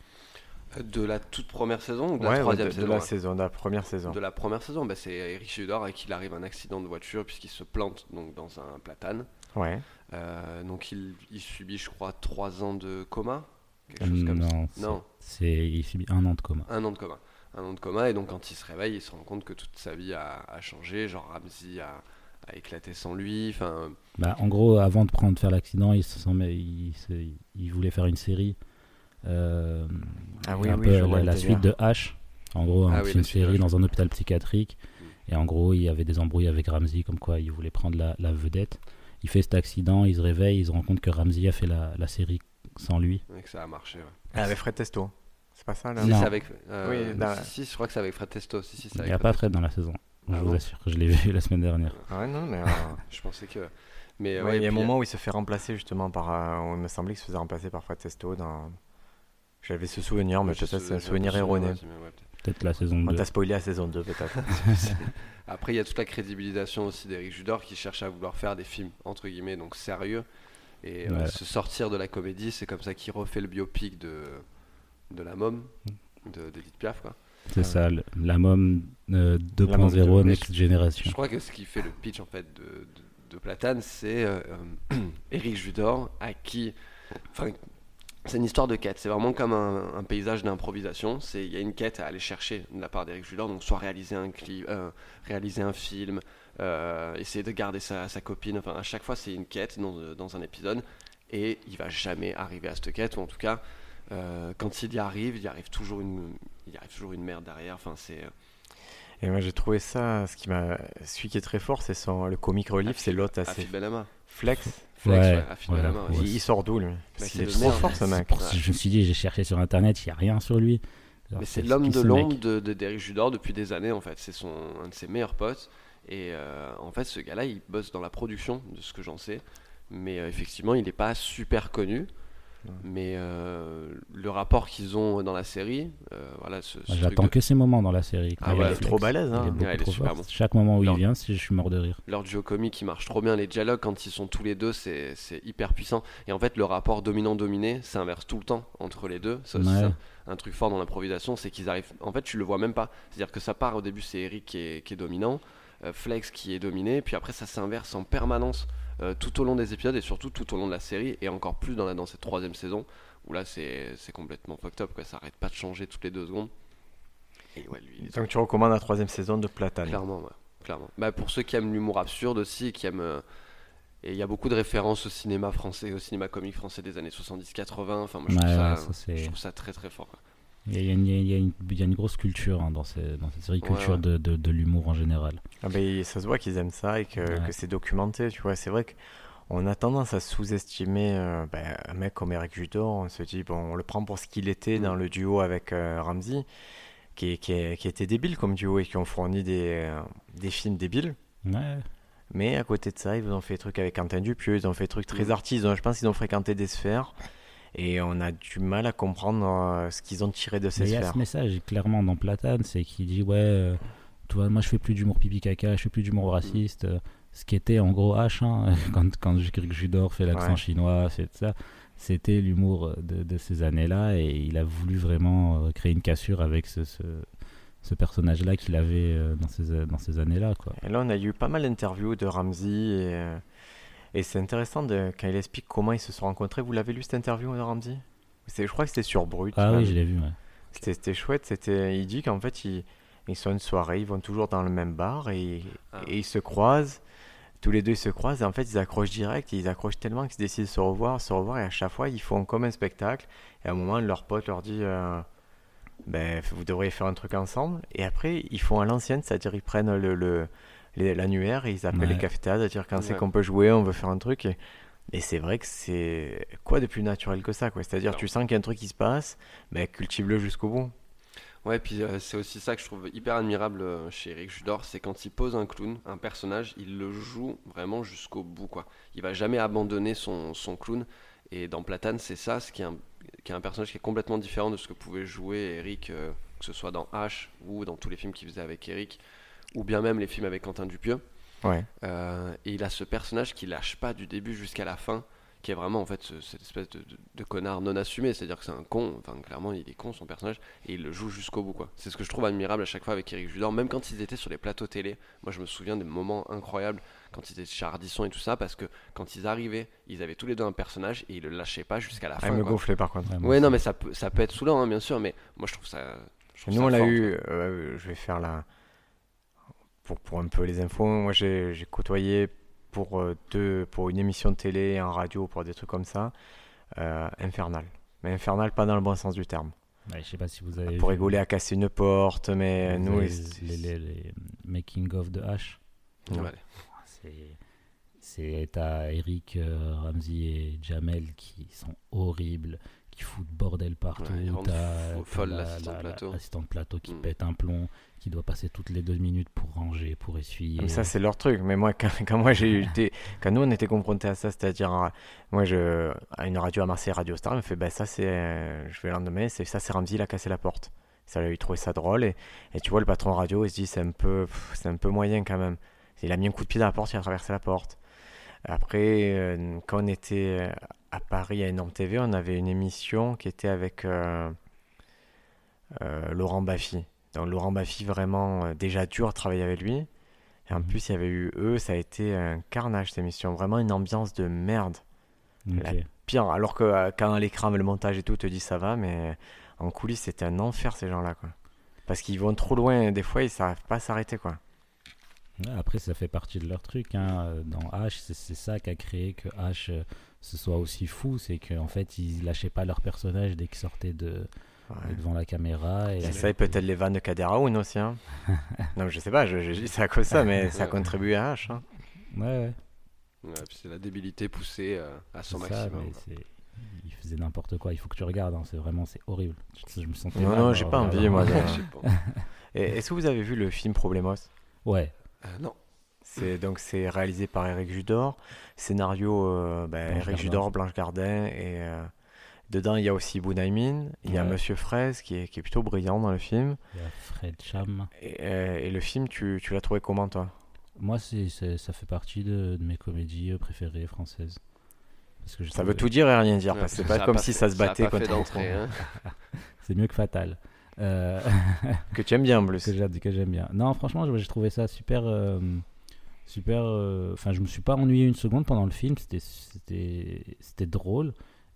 De la toute première saison ou de ouais, la troisième de, saison de la saison, de la première saison. De la première saison, bah, c'est Eric Judor à qui il arrive un accident de voiture puisqu'il se plante donc, dans un platane. Ouais. Euh, donc il, il subit, je crois, trois ans de coma. Quelque chose comme non, ça. C'est, non, c'est il subit un an de coma. Un an de coma. Un an de coma et donc quand il se réveille, il se rend compte que toute sa vie a, a changé. Genre Ramsey a, a éclaté sans lui. Enfin. Bah, en gros, avant de prendre faire l'accident, il se il, il, il voulait faire une série. Euh, ah oui, un oui, peu je la, la suite de H. En gros, ah un, oui, une série H. dans un hôpital psychiatrique. Mm. Et en gros, il y avait des embrouilles avec Ramsey, comme quoi il voulait prendre la, la vedette. Il fait cet accident, il se réveille, il se rend compte que Ramsey a fait la, la série sans lui. Et que ça a marché, ouais. Ah, avec Fred Testo. C'est pas ça, là? Si, c'est avec... Euh, oui, dans... si, si, je crois que c'est avec Fred Testo. Si, si, c'est il n'y a pas Fred dans la saison. Je ah vous bon assure que je l'ai vu la semaine dernière. Ah ouais, non, mais... Euh... je pensais que... Mais, ouais, ouais, il y a un puis... moment où il se fait remplacer, justement, par... Euh, il me semblait qu'il se faisait remplacer par Fred Testo dans... J'avais ce souvenir, mais peut-être c'est un souvenir erroné. Ouais, peut-être. peut-être la saison deux. On t'a spoilé la saison deux, peut-être. Après, il y a toute la crédibilisation aussi d'Eric Judor qui cherche à vouloir faire des films, entre guillemets, donc sérieux. Et ouais. euh, se sortir de la comédie, c'est comme ça qu'il refait le biopic de, de La Môme, de, d'Edith Piaf, quoi. C'est ouais. ça, le, La Môme euh, deux point zéro Next Generation. Je crois que ce qui fait le pitch, en fait, de, de, de Platane, c'est euh, Eric Judor, à qui... Enfin, c'est une histoire de quête, c'est vraiment comme un, un paysage d'improvisation. Il y a une quête à aller chercher de la part d'Éric Judor, donc soit réaliser un, clip, euh, réaliser un film, euh, essayer de garder sa, sa copine, enfin à chaque fois c'est une quête dans, dans un épisode, et il va jamais arriver à cette quête, ou en tout cas, euh, quand il y arrive, il y arrive toujours une, il y arrive toujours une merde derrière, enfin c'est... Et moi j'ai trouvé ça, ce qui m'a, celui qui est très fort, c'est son, le comic relief, c'est l'autre assez... Afid Benama. Flex. Flex, Ouais, ouais, Afid ouais, Benama, ouais. Il, il sort d'où lui? Bah, Il est le trop merde, fort ouais, ce c'est mec. Pour- Je me suis dit, j'ai cherché sur internet, il n'y a rien sur lui. Alors, Mais c'est c'est l'homme qui de ce l'ombre mec de, de d'Éric Judor depuis des années en fait. C'est son, un de ses meilleurs potes. Et euh, en fait, ce gars-là, il bosse dans la production, de ce que j'en sais. Mais euh, effectivement, il n'est pas super connu. Ouais. Mais euh, le rapport qu'ils ont dans la série, euh, voilà, ce, ce Moi, truc J'attends de- que ces moments dans la série. Ah Quand ouais, il il est est flex, trop balèze, hein. il est beaucoup Ouais, il est trop super fort. bon. Chaque moment où Alors- il vient, si je suis mort de rire. leur duo comique qui marche trop bien. Les dialogues, quand ils sont tous les deux, c'est, c'est hyper puissant. Et en fait, le rapport dominant-dominé s'inverse tout le temps entre les deux. C'est aussi Ouais. ça. Un truc fort dans l'improvisation, c'est qu'ils arrivent. En fait, tu le vois même pas. C'est-à-dire que ça part au début, c'est Eric qui est, qui est dominant, euh, Flex qui est dominé, puis après, ça s'inverse en permanence euh, tout au long des épisodes et surtout tout au long de la série, et encore plus dans, la, dans cette troisième saison où là, c'est, c'est complètement fucked up. Quoi. Ça arrête pas de changer toutes les deux secondes. Et ouais, lui, il est Donc tu recommandes la troisième saison de Platane. Clairement, ouais, clairement. Bah, pour ceux qui aiment l'humour absurde aussi, qui aiment. euh, et il y a beaucoup de références au cinéma français, au cinéma comique français des années soixante-dix quatre-vingts. Enfin, moi, je, Ouais, trouve ça, ouais, ça, c'est- je trouve ça très très fort. Quoi. Il y a, il y a une, il y a une- il y a une grosse culture hein, dans, ces- dans cette série, Ouais, culture ouais. de, de, de l'humour en général. Ah ben, ça se voit qu'ils aiment ça et que, Ouais. que c'est documenté, tu vois. C'est vrai qu'on a tendance à sous-estimer euh, ben, un mec comme Eric Judor. On se dit, bon, on le prend pour ce qu'il était Mm. dans le duo avec euh, Ramsey, qui, qui, qui était débile comme duo et qui ont fourni des, euh, des films débiles. Ouais. Mais à côté de ça, ils ont fait des trucs avec Quentin Dupieux, ils ont fait des trucs très Mm. artistes. Je pense qu'ils ont fréquenté des sphères et on a du mal à comprendre euh, ce qu'ils ont tiré de ces Mais il y a sphères. ce message clairement dans Platane, c'est qu'il dit ouais, euh, tu vois, moi je fais plus d'humour pipi caca, je fais plus d'humour raciste. euh, Ce qui était en gros H, hein, quand, quand Eric Judor fait l'accent Ouais. chinois, c'est ça. C'était l'humour de, de ces années-là et il a voulu vraiment euh, créer une cassure avec ce, ce, ce personnage-là qu'il avait euh, dans ces, dans ces années-là. Quoi. Et là, on a eu pas mal d'interviews de Ramsey et, euh, et c'est intéressant de, quand il explique comment ils se sont rencontrés. Vous l'avez lu cette interview de Ramsey? C'est, je crois que c'était sur Brut. Ah même. oui, je l'ai vu. Ouais. C'était, c'était chouette. C'était, il dit qu'en fait, ils, ils sont une soirée, ils vont toujours dans le même bar et, Ah. et ils se croisent. Tous les deux ils se croisent et en fait ils accrochent direct. Et ils accrochent tellement qu'ils décident de se revoir, se revoir et à chaque fois ils font comme un spectacle. Et à un moment, leur pote leur dit euh, ben, vous devriez faire un truc ensemble. Et après, ils font à l'ancienne, c'est-à-dire ils prennent le, le, les- l'annuaire et ils appellent Ouais. les cafés-théâtres, c'est-à-dire quand c'est Ouais. qu'on peut jouer, on veut faire un truc. Et, et c'est vrai que c'est quoi de plus naturel que ça, quoi. C'est-à-dire Non. tu sens qu'il y a un truc qui se passe, ben, cultive-le jusqu'au bout. Ouais, puis euh, c'est aussi ça que je trouve hyper admirable euh, chez Eric Judor, c'est quand il pose un clown, un personnage, il le joue vraiment jusqu'au bout, quoi. Il va jamais abandonner son, son clown. Et dans Platane, c'est ça, ce qui est, un, qui est un personnage qui est complètement différent de ce que pouvait jouer Eric, euh, que ce soit dans H ou dans tous les films qu'il faisait avec Eric, ou bien même les films avec Quentin Dupieux. Ouais. Euh, et il a ce personnage qui lâche pas du début jusqu'à la fin, qui est vraiment en fait ce- cette espèce de, de- de connard non assumé, c'est-à-dire que c'est un con, enfin clairement il est con son personnage, et il le joue jusqu'au bout, quoi. C'est ce que je trouve admirable à chaque fois avec Eric Judor, même quand ils étaient sur les plateaux télé. Moi je me souviens des moments incroyables quand ils étaient chez Ardisson et tout ça, parce que quand ils arrivaient, ils avaient tous les deux un personnage et ils le lâchaient pas jusqu'à la Ah, fin, il me quoi. gonflait par contre. Ouais, moi Ouais, aussi. non, mais ça peut, ça peut être saoulant, hein, bien sûr, mais moi je trouve ça. Je trouve Nous ça on l'a fort, eu, quoi. euh, je vais faire la... Pour, pour un peu les infos, moi j'ai, j'ai côtoyé pour, euh, deux, pour une émission de télé, en radio, pour des trucs comme ça, euh, Infernal. Mais Infernal pas dans le bon sens du terme. Ouais, je sais pas si vous avez Pour vu rigoler à casser une porte, mais vous nous... avez il- les, les, les making of de H. Ouais. Ouais. C'est c'est t'as Eric, euh, Ramsey et Jamel qui sont horribles, qui foutent bordel partout. Ouais, ils rendent t'as fou- t'as folle la- l'assistant la- de plateau. l'assistant de plateau qui Mm. pète un plomb, qui doit passer toutes les deux minutes pour ranger, pour essuyer. Mais ça c'est leur truc. Mais moi quand, quand moi j'ai été, quand nous on était confrontés à ça, c'est-à-dire à- moi je à une radio à Marseille, Radio Star, il me fait ben ça c'est, euh, je vais le lendemain, c'est ça c'est Ramsey, il a cassé la porte. Ça lui a trouvé ça drôle et, et tu vois le patron radio il se dit c'est un peu pff, c'est un peu moyen quand même. Il a mis un coup de pied dans la porte, il a traversé la porte. Après euh, quand on était à Paris à Énorme T V, on avait une émission qui était avec euh, euh, Laurent Baffy. Donc Laurent Baffy vraiment euh, déjà dur à travailler avec lui. Et en Mhm. plus, il y avait eu eux, ça a été un carnage cette émission, vraiment une ambiance de merde. Ok. La pire. Alors que euh, quand à l'écran, le montage et tout, te dit ça va, mais en coulisses, c'était un enfer ces gens-là, quoi. Parce qu'ils vont trop loin, des fois, ils savent pas s'arrêter, quoi. Ouais, après, ça fait partie de leur truc. Hein. Dans H, c'est, c'est ça qui a créé que H euh, ce soit aussi fou. C'est qu'en fait, ils lâchaient pas leur personnage dès qu'ils sortaient de, Ouais. devant la caméra. Et Ça, ça et peut-être les vannes de Kader Aoun aussi. Hein. Non, je sais pas, je, je dis ça à cause de ça, mais ça contribue à H. Hein. Ouais, ouais. Ouais, puis c'est la débilité poussée euh, à son C'est ça, maximum. mais quoi. c'est... Il faisait n'importe quoi. Il faut que tu regardes. Hein. C'est vraiment, c'est horrible. Je, je me sentais Non, mal, non, en j'ai pas regardant. envie, moi. de- Je sais pas. Et est-ce que vous avez vu le film Problemos? Ouais. Euh, non. C'est donc c'est réalisé par Éric Judor, scénario euh, ben, Blanche Éric Gardin. Judor, Blanche Gardin et euh, dedans il y a aussi Bounaïmin, il y a Ouais. Monsieur Fraise qui est, qui est plutôt brillant dans le film. Il y a Fred Cham. Et, euh, et le film tu, tu l'as trouvé comment toi? Moi, c'est, c'est- ça fait partie de, de mes comédies euh, préférées françaises. Parce que je Ça trouve- veut tout dire et rien dire Ouais, parce que c'est ça pas a comme pas si fait- ça se a battait pas fait contre d'entrée, hein. C'est mieux que Fatal. Euh, que tu aimes bien en plus. que, j'a- que j'aime bien. Non, franchement, j'ai j'ai trouvé ça super. euh, super. euh, Enfin, je me suis pas ennuyé une seconde pendant le film. C'était, c'était, c'était drôle.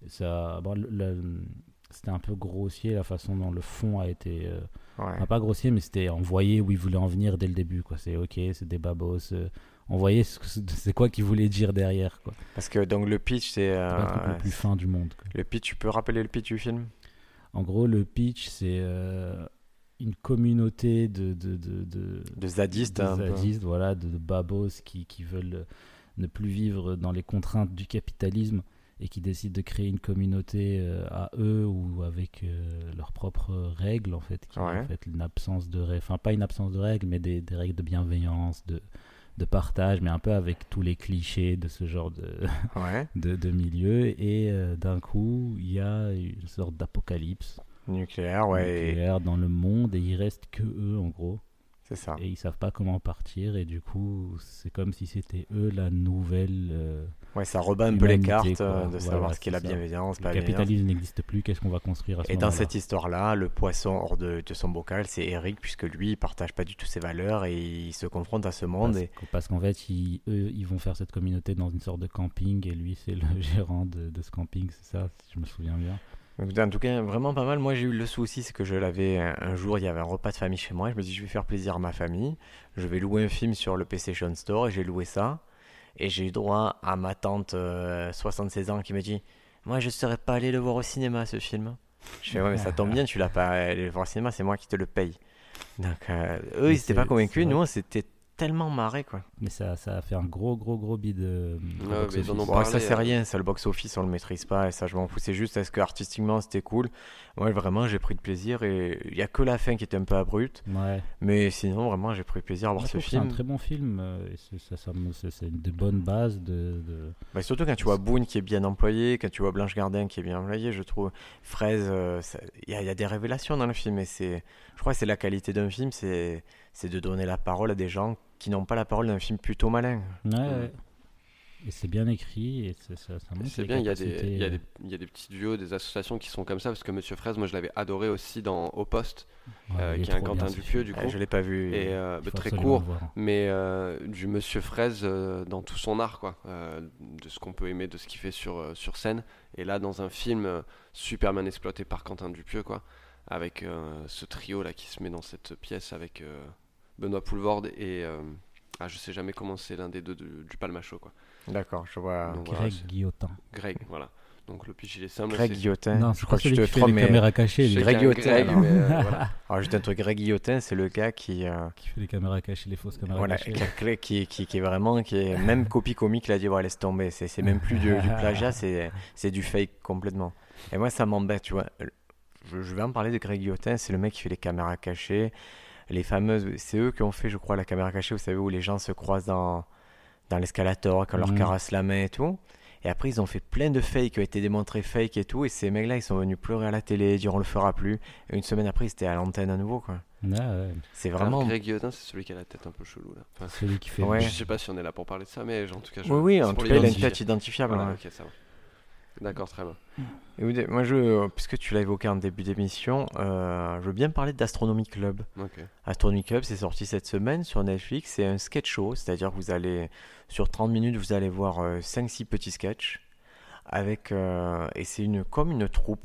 Ça, bon, le- le- c'était un peu grossier la façon dont le fond a été. euh, Ouais. enfin, pas grossier, mais c'était. On voyait où il voulait en venir dès le début. Quoi. C'est ok, c'est des babos. euh, on voyait ce que- c'est quoi qu'il voulait dire derrière. Quoi. Parce que donc le pitch c'est C'est euh, pas le truc le plus fin du monde. Quoi. le pitch, tu peux rappeler le pitch du film? En gros, le pitch, c'est euh, une communauté de, de, de, de, De zadistes de un peu. zadistes, voilà, de, de babos qui, qui veulent ne plus vivre dans les contraintes du capitalisme et qui décident de créer une communauté euh, à eux ou avec euh, leurs propres règles, en fait, qui est Ouais. en fait une absence de règles, enfin pas une absence de règles, mais des, des règles de bienveillance, de, de partage, mais un peu avec tous les clichés de ce genre de, Ouais. de, de milieu. Et euh, d'un coup, il y a une sorte d'apocalypse Nucléaire, ouais. et- nucléaire dans le monde et il reste que eux en gros C'est ça. et ils savent pas comment partir et du coup c'est comme si c'était eux la nouvelle euh, Ouais, ça rebat un peu les Humanité, cartes quoi. euh, de Voilà, savoir ce qu'est c'est la ça. bienveillance, le pas la bienveillance. capitalisme n'existe plus, qu'est-ce qu'on va construire à ce Et dans moment-là. cette histoire-là, le poisson hors de, de son bocal, c'est Eric, puisque lui, il partage pas du tout ses valeurs et il se confronte à ce monde. parce, Et... que- parce qu'en fait ils, eux ils vont faire cette communauté dans une sorte de camping et lui c'est le gérant de, de ce camping, c'est ça si je me souviens bien. Donc, en tout cas, vraiment pas mal. Moi, j'ai eu le souci, c'est que je l'avais un, un jour, il y avait un repas de famille chez moi. Et je me dis, je vais faire plaisir à ma famille. Je vais louer un film sur le PlayStation Store et j'ai loué ça. Et j'ai eu droit à ma tante, euh, soixante-seize ans, qui me dit, moi, je ne serais pas allé le voir au cinéma, ce film. Je fais, ouais, mais ça tombe bien, tu l'as pas allé le voir au cinéma, c'est moi qui te le paye. Donc, euh, eux, Mais ils n'étaient pas c'est- convaincus. c'est vrai. Nous, on s'était tellement marré, quoi. Mais ça, ça a fait un gros gros gros bid euh, au Ouais, box mais ils en office. ont Bon, parlé, ça c'est euh, rien, ça le box-office on le maîtrise pas et ça je m'en fous, c'est juste est-ce que artistiquement c'était cool. Moi vraiment j'ai pris de plaisir et il y a que la fin qui était un peu abrupte, Ouais. mais sinon vraiment j'ai pris plaisir à voir Moi, je ce trouve que c'est un film. très bon film. euh, et c'est, ça, ça me- c'est, c'est une des bonnes bases de. de... Bah, surtout quand tu vois Boone qui est bien employé, quand tu vois Blanche Gardin qui est bien employée, je trouve Fraise, euh, ça- il y, a- il y a des révélations dans le film et c'est, je crois que c'est la qualité d'un film, c'est, c'est de donner la parole à des gens qui n'ont pas la parole d'un film plutôt malin. Ouais, ouais. Et c'est bien écrit et c'est- ça, ça montre C'est les bien, il y, a des, capacités, il, y a euh, des, il y a des petits duos, des associations qui sont comme ça, parce que Monsieur Fraise, moi je l'avais adoré aussi dans Au Poste, ouais, euh, il est qui est un trop Quentin bien, ce Dupieux film. du coup, Euh, je l'ai pas vu. et euh, Il bah, faut très absolument court, le voir. mais euh, du Monsieur Fraise euh, dans tout son art, quoi, euh, de ce qu'on peut aimer, de ce qu'il fait sur, euh, sur scène, et là dans un film euh, super bien exploité par Quentin Dupieux, quoi, avec euh, ce trio là qui se met dans cette pièce avec euh, Benoît Poulvorde et euh, ah, je sais jamais comment c'est l'un des deux de- du Palmacho, quoi. D'accord, je vois. Donc, Greg voilà, c'est- Guillotin. Greg, voilà. Donc le pitch il est simple. Greg c'est- Guillotin, Non, je c'est crois pas que je celui te qui fait trompe, les mais caméras cachées, lui. C'est Greg qu'un Guillotin, Greg, alors. mais, euh, voilà. alors juste un truc, Greg Guillotin, c'est le gars qui, euh, Qui fait les caméras cachées, les fausses caméras voilà, cachées. qui, qui, qui, qui est vraiment, qui est même copie comique, il a dit, ouais, laisse tomber, c'est, c'est même plus du, du plagiat, c'est, c'est du fake complètement. Et moi, ça m'embête, tu vois. Je, je vais en parler de Greg Guillotin, c'est le mec qui fait les caméras cachées, les fameuses, c'est eux qui ont fait, je crois, la caméra cachée, vous savez, où les gens se croisent dans, dans l'escalator, quand on leur Mhm. caresse la main et tout. Et après, ils ont fait plein de fakes qui ont été démontrés fake et tout. Et ces mecs-là, ils sont venus pleurer à la télé, dire on le fera plus. Et une semaine après, ils étaient à l'antenne à nouveau, quoi. Ouais, ouais. C'est Alors, vraiment. Greg Guillotin, c'est celui qui a la tête un peu chelou là. Enfin, Celui qui fait. Ouais. Je sais pas si on est là pour parler de ça, mais en tout cas, je... Oui, oui, c'est en pour tout cas, il a une l'identifier. tête identifiable. Voilà, ouais. ok, ça va. D'accord, très bien. Et vous- moi, je, puisque tu l'as évoqué en début d'émission, euh, je veux bien parler d'Astronomy Club. Ok. Astronomy Club, c'est sorti cette semaine sur Netflix. C'est un sketch show, c'est-à-dire que vous allez, sur trente minutes, vous allez voir cinq six petits sketchs avec euh, et c'est une comme une troupe.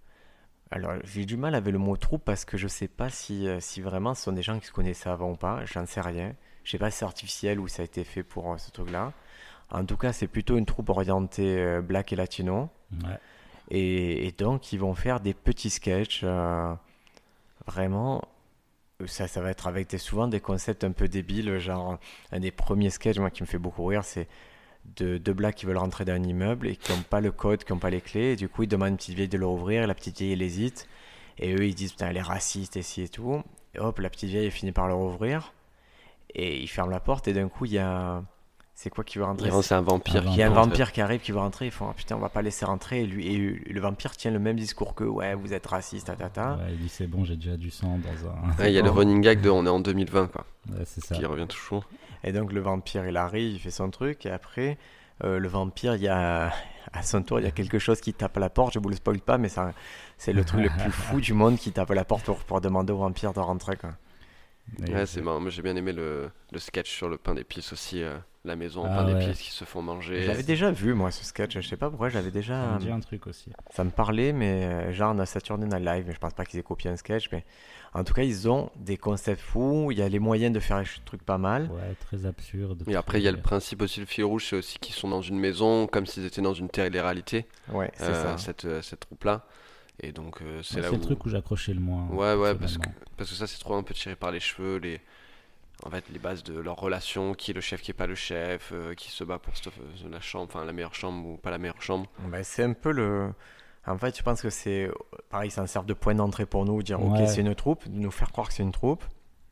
Alors j'ai du mal avec le mot troupe parce que je sais pas si euh, si vraiment ce sont des gens qui se connaissaient avant ou pas. J'en sais rien. Je sais pas si c'est artificiel ou ça a été fait pour euh, ce truc-là. En tout cas, c'est plutôt une troupe orientée euh, black et latino. Ouais. Et, et donc, ils vont faire des petits sketchs. euh, vraiment, ça, ça va être avec des, souvent des concepts un peu débiles. Genre, un des premiers sketchs, moi, qui me fait beaucoup rire, c'est de deux blacks qui veulent rentrer dans un immeuble et qui n'ont pas le code, qui n'ont pas les clés. Et du coup, ils demandent à une petite vieille de leur ouvrir. Et la petite vieille, elle hésite. Et eux, ils disent, putain, elle est raciste, et ci et tout. Et hop, la petite vieille, elle finit par leur ouvrir. Et ils ferment la porte. Et d'un coup, il y a. C'est quoi qui veut rentrer? C'est un vampire. Il y a un vampire qui arrive, qui veut rentrer. Ils font, ah, putain, on va pas laisser rentrer. Et, lui, et le vampire tient le même discours que, ouais, vous êtes raciste, tatata. Ouais, il dit c'est bon, j'ai déjà du sang dans un. Ouais, il y a le running gag de on est en deux mille vingt, quoi. Ouais, c'est ça. Qui revient toujours. Et donc le vampire, il arrive, il fait son truc. Et après, euh, le vampire, il y a, à son tour, il y a quelque chose qui tape à la porte. Je vous le spoil pas, mais ça, c'est le truc le plus fou du monde qui tape à la porte pour, pour demander au vampire de rentrer, quoi. Et Ouais, c'est marrant. Moi, j'ai bien aimé le, le sketch sur le pain d'épices aussi. euh, la maison en Ah pain ouais. d'épices qui se font manger. J'avais déjà vu, moi, ce sketch. Je sais pas pourquoi, j'avais Ça déjà. me dit un truc aussi. Ça me parlait, mais euh, genre, on a Saturday Night Live. Mais je pense pas qu'ils aient copié un sketch. Mais en tout cas, ils ont des concepts fous. Il y a les moyens de faire des trucs pas mal. Ouais, très absurde. Et après, il y a le très- principe aussi, le fil rouge, c'est aussi qu'ils sont dans une maison, comme s'ils étaient dans une télé-réalité, Ouais, c'est euh, ça. cette, euh, cette troupe-là. Et donc, euh, c'est Ouais, là c'est où. le truc où j'accrochais le moins. Ouais, ouais, parce que, personnellement. parce que ça, c'est trop un peu tiré par les cheveux, les. En fait, les bases de leur relation, qui est le chef, qui est pas le chef, euh, qui se bat pour cette- euh, la chambre, enfin la meilleure chambre ou pas la meilleure chambre. Ben, c'est un peu le. En fait, je pense que c'est. Pareil, ça sert de point d'entrée pour nous, dire, ok, Ouais. c'est une troupe, nous faire croire que c'est une troupe.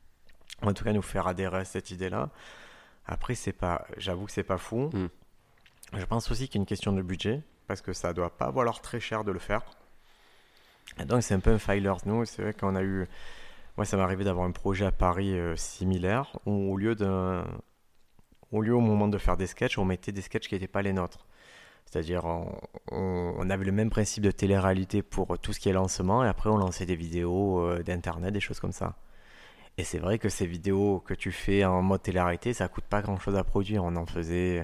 En tout cas, nous faire adhérer à cette idée-là. Après, c'est pas. J'avoue que c'est pas fou. Mm. Je pense aussi qu'il y a une question de budget, parce que ça doit pas valoir très cher de le faire. Et donc, c'est un peu un filer, nous. C'est vrai qu'on a eu. Moi, ça m'est arrivé d'avoir un projet à Paris euh, similaire, où au lieu d'un. Au lieu, au moment de faire des sketchs, on mettait des sketchs qui n'étaient pas les nôtres. C'est-à-dire, on, on- on avait le même principe de télé-réalité pour tout ce qui est lancement, et après, on lançait des vidéos euh, d'internet, des choses comme ça. Et c'est vrai que ces vidéos que tu fais en mode télé-réalité, ça coûte pas grand-chose à produire. On en faisait.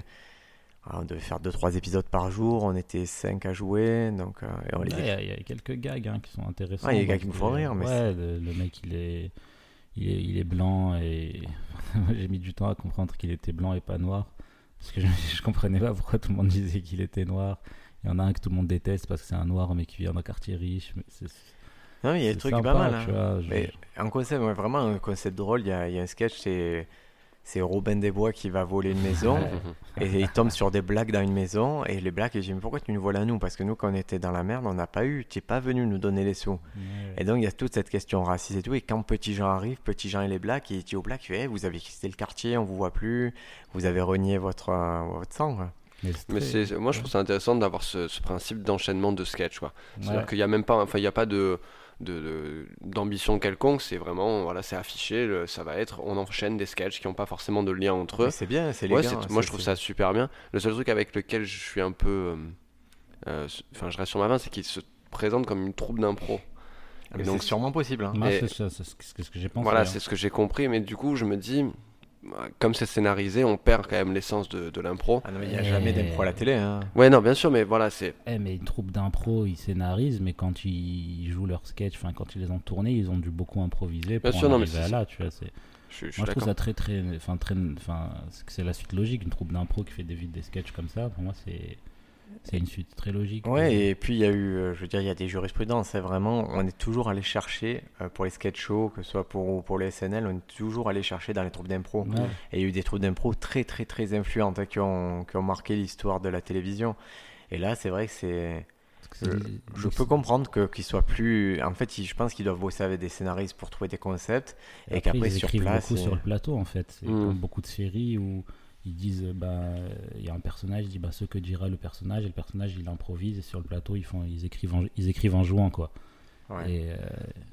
On devait faire deux trois épisodes par jour, on était cinq à jouer, donc euh, et on les Ouais, Il y, a- il y a quelques gags hein, qui sont intéressants. Ouais, il y a des gars donc, qui me font euh, rire, mais ouais, le, le mec, il est, il est, il est blanc et j'ai mis du temps à comprendre qu'il était blanc et pas noir. Parce que je, je comprenais pas pourquoi tout le monde disait qu'il était noir. Il y en a un que tout le monde déteste parce que c'est un noir mais qui vient d'un quartier riche. Mais c'est, Non, mais il y a des c'est trucs sympa, pas mal. tu hein. vois, je- Mais un concept, ouais, vraiment un concept drôle, il y a, il y a un sketch, c'est, c'est Robin des Bois qui va voler une maison, Ouais. et il tombe sur des blagues dans une maison, et les blagues, ils disent, mais pourquoi tu nous voles à nous? Parce que nous, quand on était dans la merde, on n'a pas eu, tu n'es pas venu nous donner les sous. Ouais. Et donc, il y a toute cette question raciste et tout, et quand Petit Jean arrive, Petit Jean et les blacks, il dit aux blacks, il fait, Eh, vous avez quitté le quartier, on vous voit plus, vous avez renié votre, euh, votre sang. quoi. Mais c'est Mais très- c'est, moi, je trouve ça intéressant d'avoir ce, ce principe d'enchaînement de sketch, quoi. C'est-à-dire ouais. qu'il y a même pas, enfin, il y a pas de, de, de- d'ambition quelconque. C'est vraiment, voilà, c'est affiché. le- ça va être, on enchaîne des sketchs qui n'ont pas forcément de lien entre Mais eux. c'est bien, c'est les Ouais, gars. c'est- hein, moi, c'est- je trouve c'est- ça super bien. Le seul truc avec lequel je suis un peu, euh, euh, enfin, je reste sur ma main, c'est qu'ils se présentent comme une troupe d'impro. Ah, mais Et donc, c'est sûrement possible. hein. Moi, Et- c'est, ça, c'est ce que- c'est ce que j'ai pensé. Voilà, hein. c'est ce que j'ai compris. Mais du coup, je me dis, comme c'est scénarisé, on perd quand même l'essence de, de l'impro. Ah non, mais il n'y a Et- jamais d'impro à la télé. Hein. Ouais, non, bien sûr, mais voilà, c'est. Eh, mais une troupe d'impro, ils scénarisent, mais quand ils jouent leurs sketchs, enfin quand ils les ont tournés, ils ont dû beaucoup improviser pour Bien sûr, en non, mais arriver c'est- à là, tu vois. C'est... Je, suis- je suis Moi, je trouve d'accord. ça très, très, enfin très, enfin c'est que c'est la suite logique. Une troupe d'impro qui fait des, des sketchs comme ça, pour moi, c'est, c'est une suite très logique. Ouais, et puis il y a eu, euh, je veux dire, il y a des jurisprudences. C'est vraiment, on est toujours allé chercher euh, pour les sketch shows, que ce soit pour, pour les S N L, on est toujours allé chercher dans les troupes d'impro. Ouais. Et il y a eu des troupes d'impro très, très, très influentes hein, qui, ont, qui ont marqué l'histoire de la télévision. Et là, c'est vrai que c'est. Parce que Je, c'est- je peux comprendre que, qu'ils soient plus. En fait, ils- je pense qu'ils doivent bosser avec des scénaristes pour trouver des concepts. Et, après, qu'après, ils sur écrivent place. beaucoup et- sur le plateau, en fait. C'est Mm. comme beaucoup de séries où ils disent, euh, bah, il y a un personnage, il dit bah, ce que dira le personnage, et le personnage, il improvise, et sur le plateau, ils, font, ils, écrivent, en, ils écrivent en jouant, quoi. Ouais. Et, euh,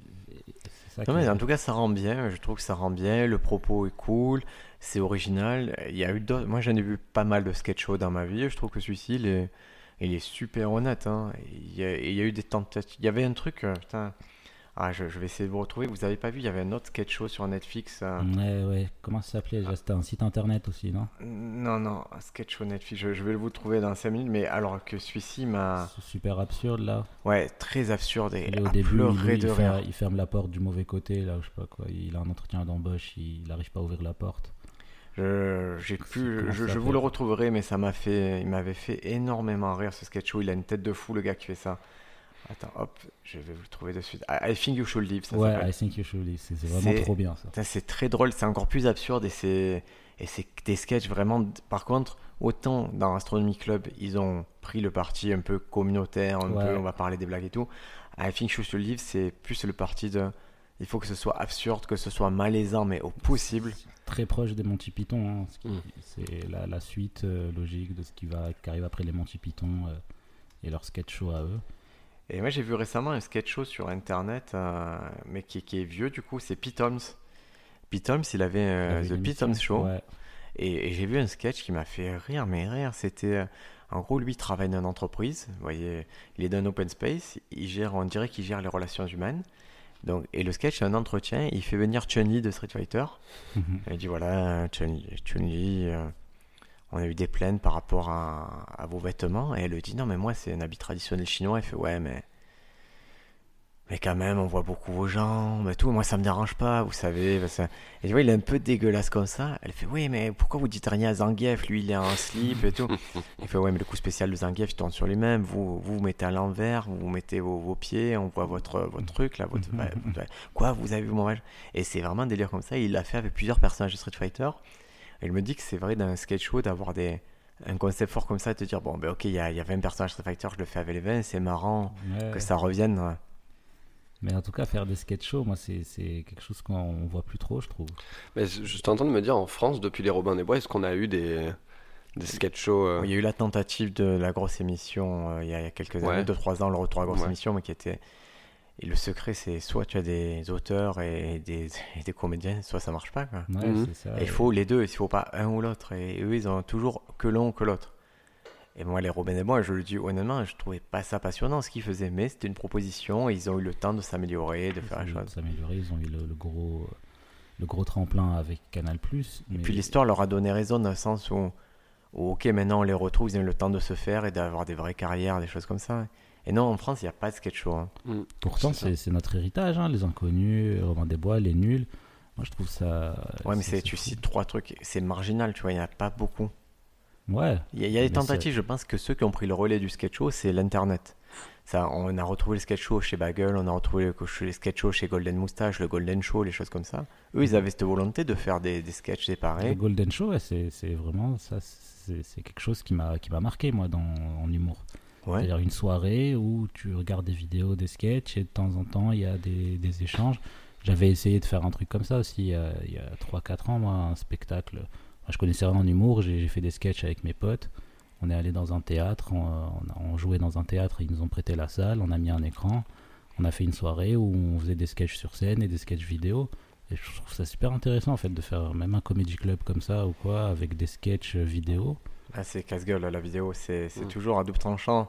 et c'est ça Non, qui- mais en tout cas, ça rend bien. Je trouve que ça rend bien. Le propos est cool. C'est original. Il y a eu d'autres- Moi, j'en ai vu pas mal de sketch shows dans ma vie. Je trouve que celui-ci, il est, il est super honnête. hein. Il y a, il y a eu des tentatives. Il y avait un truc. euh, Putain, Ah, je, je vais essayer de vous retrouver. Vous avez pas vu, il y avait un autre sketch show sur Netflix. euh, Ouais, ouais. Comment ça s'appelait déjà? C'était un site internet aussi, non? Non, non, un sketch show Netflix. Je, je vais vous le trouver dans cinq minutes, mais alors que celui-ci m'a. C'est super absurde là. Ouais, très absurde et Il est au à début, pleurer lui, de il, rire. fer- il ferme la porte du mauvais côté, là, je sais pas quoi. Il a un entretien d'embauche, il n'arrive pas à ouvrir la porte. Je, j'ai C'est- pu, comment je, ça je vous le s'appelle? retrouverai, mais ça m'a fait, il m'avait fait énormément rire ce sketch show. Il a une tête de fou, le gars qui fait ça. Attends, hop, je vais vous le trouver de suite. I I think you should leave, ça Ouais, s'appelle. I think you should leave. C'est c'est vraiment C'est, trop bien ça. putain, c'est très drôle, c'est encore plus absurde et c'est, et c'est des sketchs vraiment. Par contre, autant dans Astronomy Club, ils ont pris le parti un peu communautaire, un Ouais. peu, on va parler des blagues et tout. I think you should leave, c'est plus le parti de. Il faut que ce soit absurde, que ce soit malaisant, mais au possible. Très proche des Monty Python. Hein, ce qui- Mm. C'est la, la suite euh, logique de ce qui, va, qui arrive après les Monty Python euh, et leur sketch show à eux. Et moi, j'ai vu récemment un sketch show sur internet, euh, mais qui, qui est vieux du coup, c'est Pete Holmes. Pete Holmes, il avait Il y euh, avait The une Pete émission, Holmes Show. ouais. Et, et j'ai vu un sketch qui m'a fait rire, mais rire. C'était, euh, en gros, lui il travaille dans une entreprise. Vous voyez, il est dans un open space. Il gère, on dirait qu'il gère les relations humaines. Donc, et le sketch, c'est un entretien. Il fait venir Chun-Li de Street Fighter. Mhm. Il dit voilà, Chun- Chun-Li, euh, on a eu des plaintes par rapport à, à vos vêtements. Et elle lui dit non, mais moi, c'est un habit traditionnel chinois. Elle fait ouais, mais. Mais quand même, on voit beaucoup vos jambes et tout. Moi, ça me dérange pas, vous savez. Parce que... Et tu vois, il est un peu dégueulasse comme ça. Elle fait, oui, mais pourquoi vous dites rien à Zangief? Lui, il est en slip et tout. Il fait, ouais, mais le coup spécial de Zangief, il tourne sur lui-même. Vous, vous vous mettez à l'envers, vous mettez vos, vos pieds, on voit votre, votre truc là. Votre... ouais, ouais. Quoi, vous avez vu mon âge? Et c'est vraiment un délire comme ça. Il l'a fait avec plusieurs personnages de Street Fighter. Et il me dit que c'est vrai dans un sketch show d'avoir des... un concept fort comme ça, de te dire, bon, ben ok, il y a, il y a vingt personnages Street Fighter, je le fais avec les vingt, c'est marrant Ouais. que ça revienne. Ouais. Mais en tout cas, faire des sketch shows, moi, c'est c'est quelque chose qu'on voit plus trop, je trouve. Mais je suis en train de me dire, en France, depuis les Robins des Bois, est-ce qu'on a eu des, des sketch shows euh, Il y a eu la tentative de la grosse émission euh, il, y a, il y a quelques Ouais. années, deux trois ans, le retour à la grosse Ouais. émission, mais qui était. Et le secret, c'est soit tu as des auteurs et des, et des comédiens, soit ça marche pas. Quoi. Ouais, Mhm. c'est ça. Et il faut les deux, il faut pas un ou l'autre. Et eux, ils ont toujours que l'un ou que l'autre. Et moi, les Robin des Bois, je le dis honnêtement, je trouvais pas ça passionnant ce qu'ils faisaient, mais c'était une proposition et ils ont eu le temps de s'améliorer, de faire les Ils ont choses. s'améliorer, ils ont eu le, le gros, le gros tremplin avec Canal+. Et puis l'histoire leur a donné raison dans le sens où, où, ok, maintenant on les retrouve, ils ont eu le temps de se faire et d'avoir des vraies carrières, des choses comme ça. Et non, en France, il n'y a pas de sketch show. Hein. mm. Pourtant, C'est ça. c'est c'est notre héritage, hein, les inconnus, Robin des Bois, les nuls. Moi, je trouve ça. Ouais, mais c'est- c'est, c'est tu fou. cites trois trucs, c'est marginal, tu vois, il n'y en a pas beaucoup. Ouais. Il y a, il y a des Mais tentatives, je pense que ceux qui ont pris le relais du sketch show, c'est l'internet. Ça, on a retrouvé le sketch show chez Bagel, on a retrouvé le, les sketch show chez Golden Moustache, le Golden Show, les choses comme ça. Eux, ils avaient cette volonté de faire des, des sketchs Le séparés. Golden Show, ouais, c'est c'est vraiment ça. C'est c'est quelque chose qui m'a qui m'a marqué, moi, dans, en humour. Ouais. C'est-à-dire une soirée où tu regardes des vidéos, des sketchs, et de temps en temps, il y a des, des échanges. J'avais essayé de faire un truc comme ça aussi il y a, il y a trois quatre ans, moi, un spectacle. Moi, je connaissais rien en humour, j'ai j'ai fait des sketchs avec mes potes. On est allé dans un théâtre, on, on, a- on jouait dans un théâtre, ils nous ont prêté la salle, on a mis un écran. On a fait une soirée où on faisait des sketchs sur scène et des sketchs vidéo. Et je trouve ça super intéressant en fait de faire même un comedy club comme ça ou quoi, avec des sketchs vidéo. Ah, c'est casse-gueule, la vidéo, c'est, c'est Mm. toujours à double tranchant.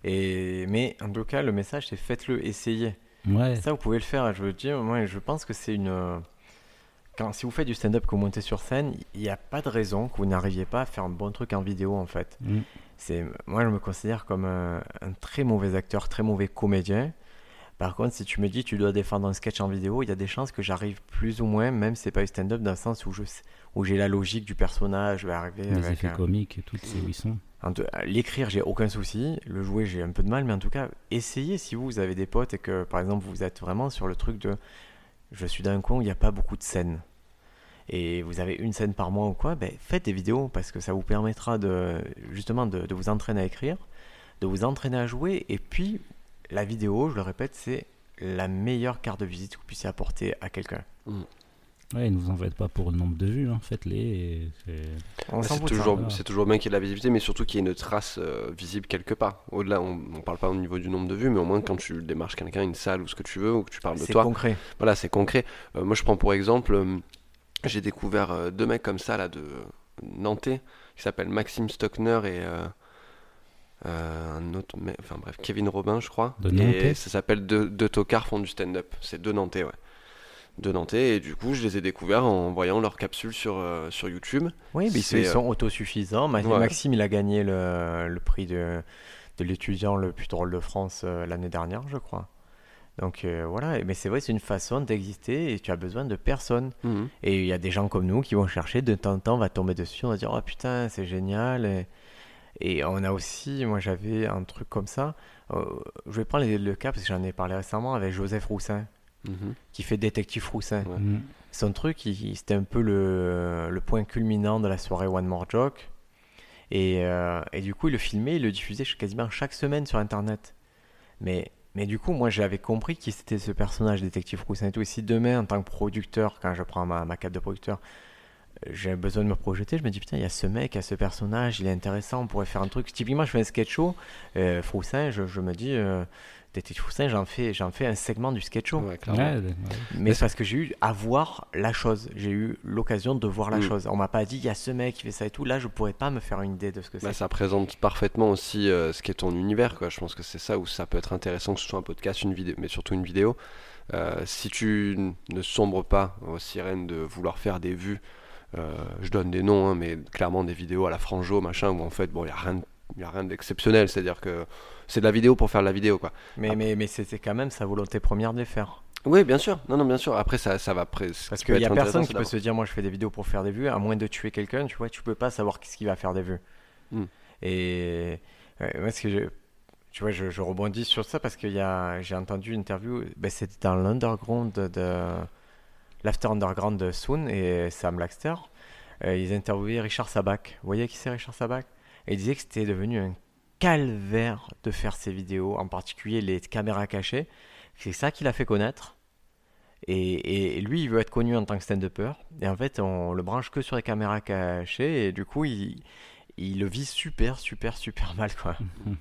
Et, mais en tout cas, le message, c'est faites-le, essayez. Ouais, Ça, vous pouvez le faire. Je veux dire, moi, je pense que c'est une. Quand, si vous faites du stand-up, que vous montez sur scène, il n'y a pas de raison que vous n'arriviez pas à faire un bon truc en vidéo, en fait. Mm. C'est, moi, je me considère comme un, un très mauvais acteur, très mauvais comédien. Par contre, si tu me dis tu dois défendre un sketch en vidéo, il y a des chances que j'arrive plus ou moins, même si c'est pas du stand-up, dans le sens où, je, sais- où j'ai la logique du personnage, je vais arriver les avec effets un- comiques et tout, c'est où ils sont. en tout- l'écrire, j'ai aucun souci. Le jouer, j'ai un peu de mal. Mais en tout cas, essayez si vous, vous avez des potes et que, par exemple, vous êtes vraiment sur le truc de je suis dans un coin où il n'y a pas beaucoup de scènes. Et vous avez une scène par mois ou quoi, ben, faites des vidéos parce que ça vous permettra de, justement de, de vous entraîner à écrire, de vous entraîner à jouer. Et puis, la vidéo, je le répète, c'est la meilleure carte de visite que vous puissiez apporter à quelqu'un. Ouais, ils nous en faites pas pour le nombre de vues, hein. Faites-les. Et c'est- On s'en C'est fout de ça. toujours, voilà. c'est toujours bien qu'il y ait de la visibilité, mais surtout qu'il y ait une trace euh, visible quelque part. Au-delà, on ne parle pas au niveau du nombre de vues, mais au moins quand tu démarches quelqu'un, une salle ou ce que tu veux, ou que tu parles de C'est toi, concret. voilà, c'est concret. Euh, moi, je prends pour exemple, euh, j'ai découvert euh, deux mecs comme ça, là, de Nantais, qui s'appellent Maxime Stockner et. euh, Euh, un autre, mais, enfin bref, Kevin Robin, je crois. De et Nantais. ça s'appelle Deux, deux tocards font du stand-up. C'est deux Nantais, ouais. Deux Nantais, et du coup, je les ai découverts en voyant leurs capsules sur, euh, sur YouTube. Oui, mais ils, C'est, ils euh, sont autosuffisants. Ma- ouais. Maxime, il a gagné le, le prix de, de l'étudiant le plus drôle de France euh, l'année dernière, je crois. Donc euh, voilà, Et- mais c'est vrai, c'est une façon d'exister et tu as besoin de personne. Mhm. Et il y a des gens comme nous qui vont chercher, de temps en temps, on va tomber dessus, on va dire, oh putain, c'est génial. Et, et on a aussi, moi j'avais un truc comme ça. Euh, je vais prendre les- le cas parce que j'en ai parlé récemment avec Joseph Roussin, Mhm. qui fait Détective Roussin. Ouais. Mm. Son truc, il- c'était un peu le, le point culminant de la soirée One More Joke. Et, euh, et du coup, il le filmait, il le diffusait quasiment chaque semaine sur Internet. Mais, mais du coup, moi, j'avais compris qui c'était ce personnage, Détective Roussin et tout. Et si demain, en tant que producteur, quand je prends ma, ma cape de producteur, euh, j'ai besoin de me projeter, je me dis, putain, il y a ce mec, il y a ce personnage, il est intéressant, on pourrait faire un truc. Typiquement, je fais un sketch show, euh, Froussin, je, je me dis, euh, Détective Froussin, j'en fais, j'en fais un segment du sketch show. Ouais, clairement. Ouais, ouais. Mais c'est parce que j'ai eu à voir la chose. J'ai eu l'occasion de voir la Mm. chose. On m'a pas dit, il y a ce mec qui fait ça et tout. Là, je pourrais pas me faire une idée de ce que Bah, c'est. ça présente parfaitement aussi euh, ce qu'est ton univers, quoi. Je pense que c'est ça où ça peut être intéressant, que ce soit un podcast, une vidéo, mais surtout une vidéo. Euh, si tu n- ne sombres pas aux sirènes de vouloir faire des vues, euh, je donne des noms, hein, mais clairement des vidéos à la Franjo, machin, où en fait, bon, il n'y a rien, de- y a rien d'exceptionnel, c'est-à-dire que c'est de la vidéo pour faire de la vidéo, quoi. Mais, mais, mais c'était quand même sa volonté première de les faire. Oui, bien sûr, non, non, bien sûr. Après, ça, ça va. Pré- ce Parce qui peut qu'il y a être personne intéressant, qui c'est peut d'avoir- se dire, moi, je fais des vidéos pour faire des vues, à moins de tuer quelqu'un. Tu vois, tu peux pas savoir ce qui va faire des vues. Mm. Et ouais, moi, ce que je, tu vois, je, je rebondis sur ça parce que y a, j'ai entendu une interview. Ben, c'était dans l'underground de, de l'after underground de Soon et Sam Laxter. Euh, ils interviewaient Richard Sabac. Vous voyez qui c'est Richard Sabac? Et il disait que c'était devenu un calvaire de faire ses vidéos, en particulier les caméras cachées. C'est ça qui l'a fait connaître. Et, et lui, il veut être connu en tant que stand-upper. Et en fait, on le branche que sur les caméras cachées. Et du coup, il, il le vit super, super, super mal, quoi.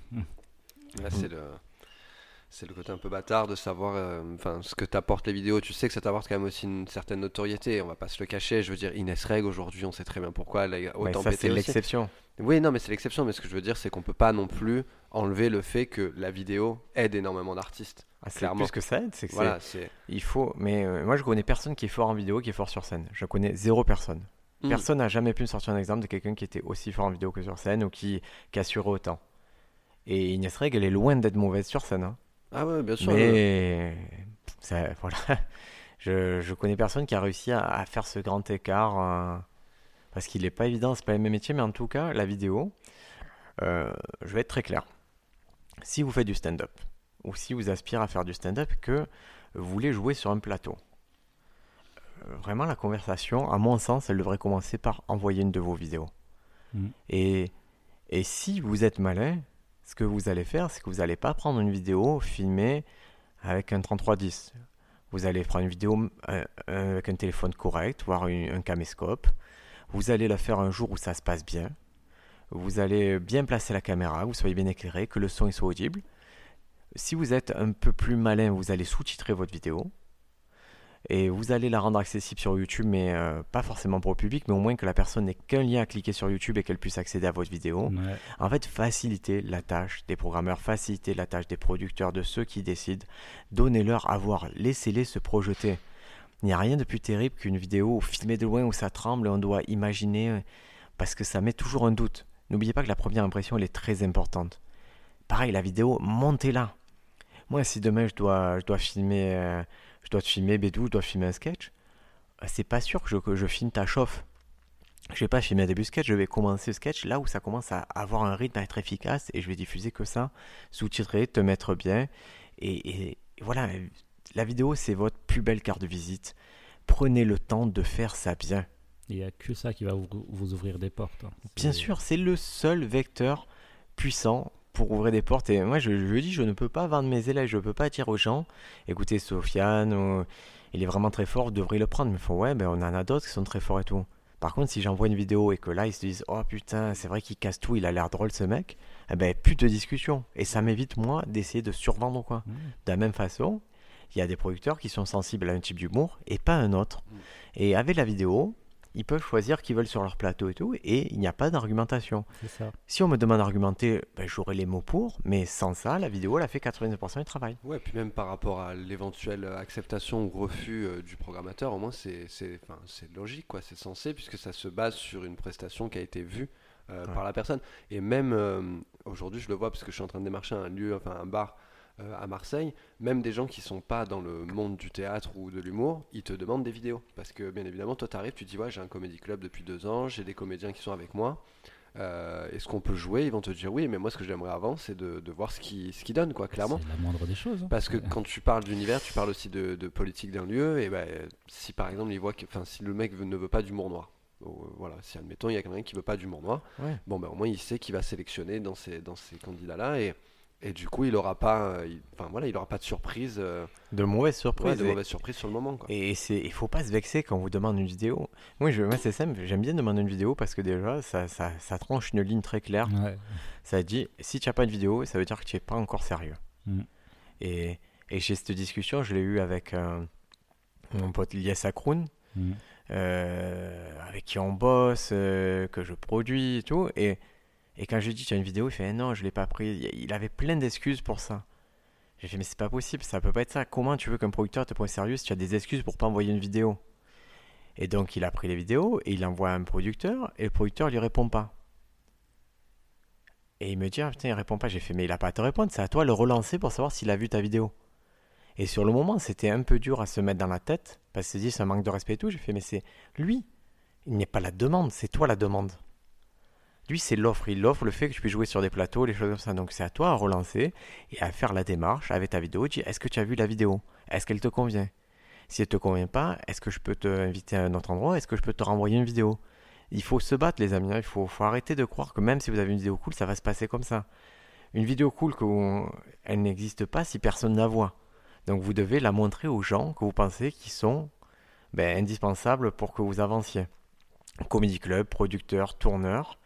Là, c'est le. C'est le côté un peu bâtard de savoir euh, enfin, ce que t'apportent les vidéos. Tu sais que ça t'apporte quand même aussi une certaine notoriété. On va pas se le cacher. Je veux dire, Inès Reg, aujourd'hui, on sait très bien pourquoi elle a Mais autant ça, pété c'est aussi. l'exception. Oui, non, mais c'est l'exception. Mais ce que je veux dire, c'est qu'on peut pas non plus enlever le fait que la vidéo aide énormément d'artistes. Ah, c'est Clairement. plus que ça aide. C'est que Voilà, c'est- c'est. il faut. Mais euh, moi, je connais personne qui est fort en vidéo, qui est fort sur scène. Je connais zéro personne. Mm. Personne n'a jamais pu me sortir un exemple de quelqu'un qui était aussi fort en vidéo que sur scène ou qui, qui assurait autant. Et Inès Reg, elle est loin d'être mauvaise sur scène. Hein. Ah ouais, bien sûr. euh, Mais ça, voilà. Je, je connais personne qui a réussi à, à faire ce grand écart euh, parce qu'il n'est pas évident, c'est pas le même métier, mais en tout cas, la vidéo, euh, je vais être très clair. Si vous faites du stand-up ou si vous aspirez à faire du stand-up, que vous voulez jouer sur un plateau, euh, vraiment la conversation, à mon sens, elle devrait commencer par envoyer une de vos vidéos. Mm. Et, et si vous êtes malin, ce que vous allez faire, c'est que vous n'allez pas prendre une vidéo filmée avec un trente-trois dix. Vous allez prendre une vidéo euh, euh, avec un téléphone correct, voire une- un caméscope. Vous allez la faire un jour où ça se passe bien. Vous allez bien placer la caméra, que vous soyez bien éclairé, que le son il soit audible. Si vous êtes un peu plus malin, vous allez sous-titrer votre vidéo. Et vous allez la rendre accessible sur YouTube, mais euh, pas forcément pour le public, mais au moins que la personne n'ait qu'un lien à cliquer sur YouTube et qu'elle puisse accéder à votre vidéo. Ouais. En fait, faciliter la tâche des programmeurs, faciliter la tâche des producteurs, de ceux qui décident. Donnez-leur à voir, laissez-les se projeter. Il n'y a rien de plus terrible qu'une vidéo filmée de loin où ça tremble et on doit imaginer, parce que ça met toujours un doute. N'oubliez pas que la première impression, elle est très importante. Pareil, la vidéo, montez-la. Moi, si demain je dois, je dois filmer, euh, je dois te filmer Bédou, je dois filmer un sketch, euh, c'est pas sûr que je, que je filme ta chauffe. Je vais pas filmer un début sketch, je vais commencer le sketch là où ça commence à avoir un rythme, à être efficace et je vais diffuser que ça, sous-titrer, te mettre bien. Et, et- et voilà, la vidéo c'est votre plus belle carte de visite. Prenez le temps de faire ça bien. Il n'y a que ça qui va vous, vous ouvrir des portes. hein. Bien C'est- sûr, c'est le seul vecteur puissant pour ouvrir des portes. Et moi je, je dis, je ne peux pas vendre mes élèves, je ne peux pas dire aux gens, écoutez Sofiane, ou, il est vraiment très fort, vous devriez le prendre. Mais ils font, ouais, ben on en a d'autres qui sont très forts et tout. Par contre, si j'envoie une vidéo et que là, ils se disent « Oh putain, c'est vrai qu'il casse tout, il a l'air drôle ce mec », eh ben plus de discussion. Et ça m'évite, moi, d'essayer de survendre quoi. Mmh. De la même façon, il y a des producteurs qui sont sensibles à un type d'humour et pas à un autre. Mm. Et avec la vidéo, Ils peuvent choisir qui veulent sur leur plateau et tout, et il n'y a pas d'argumentation. C'est ça. Si on me demande d'argumenter, ben, j'aurai les mots pour, mais sans ça, la vidéo, elle a fait quatre-vingt-dix pour cent du travail. Ouais, puis même par rapport à l'éventuelle acceptation ou refus euh, du programmateur, au moins c'est, c'est, enfin, c'est logique, quoi, c'est censé, puisque ça se base sur une prestation qui a été vue euh, Ouais. par la personne. Et même euh, aujourd'hui, je le vois parce que je suis en train de démarcher un lieu, enfin un bar euh, à Marseille, même des gens qui sont pas dans le monde du théâtre ou de l'humour, ils te demandent des vidéos. Parce que bien évidemment, toi t'arrives, tu dis ouais, j'ai un comédie club depuis deux ans, j'ai des comédiens qui sont avec moi. Euh, est-ce qu'on peut jouer? Ils vont te dire oui, mais moi ce que j'aimerais avant, c'est de, de voir ce qui, ce qui donne, quoi, clairement. C'est la moindre des choses. Hein. Parce que quand tu parles d'univers, tu parles aussi de, de politique d'un lieu. Et ben, si par exemple, il voit que, enfin, si le mec veut- ne veut pas d'humour noir, ou, euh, voilà, si admettons il y a quelqu'un qui veut pas d'humour noir, Ouais. bon ben au moins il sait qu'il va sélectionner dans ces, dans ces candidats-là et, et du coup il aura pas, euh, il- enfin voilà, il aura pas de surprise, euh, De mauvaises ouais, surprises. de et- mauvaises surprises sur le moment, quoi. Et c'est, il faut pas se vexer quand on vous demande une vidéo. Moi, je, moi c'est simple, j'aime bien demander une vidéo parce que déjà, ça, ça, ça tranche une ligne très claire. Ouais. Ça dit, si tu n'as pas de vidéo, ça veut dire que tu n'es pas encore sérieux. Mm. Et, et j'ai cette discussion, je l'ai eue avec euh, mon pote Lies Akroun, Mm. euh, avec qui on bosse, euh, que je produis et tout. Et, et quand je lui ai dit, tu as une vidéo, il fait, eh non, je ne l'ai pas prise. Il il avait plein d'excuses pour ça. J'ai fait, mais c'est pas possible, ça peut pas être ça. Comment tu veux qu'un producteur te prenne au sérieux si tu as des excuses pour pas envoyer une vidéo? Et donc il a pris les vidéos et il envoie à un producteur et le producteur lui répond pas. Et il me dit, ah, putain, il répond pas. J'ai fait, mais il a pas à te répondre, c'est à toi de le relancer pour savoir s'il a vu ta vidéo. Et sur le moment, c'était un peu dur à se mettre dans la tête parce qu'il se dit, c'est un manque de respect et tout. J'ai fait, mais c'est lui, il n'est pas la demande, c'est toi la demande. Lui, c'est l'offre. Il offre le fait que tu puisses jouer sur des plateaux, les choses comme ça. Donc, c'est à toi à relancer et à faire la démarche avec ta vidéo. Tu dis, est-ce que tu as vu la vidéo? Est-ce qu'elle te convient? Si elle ne te convient pas, est-ce que je peux t'inviter à un autre endroit? Est-ce que je peux te renvoyer une vidéo? Il faut se battre, les amis. Il faut, faut arrêter de croire que même si vous avez une vidéo cool, ça va se passer comme ça. Une vidéo cool, que vous- elle n'existe pas si personne ne la voit. Donc, vous devez la montrer aux gens que vous pensez qui sont ben, indispensables pour que vous avanciez. Comedy club, producteur, tourneur.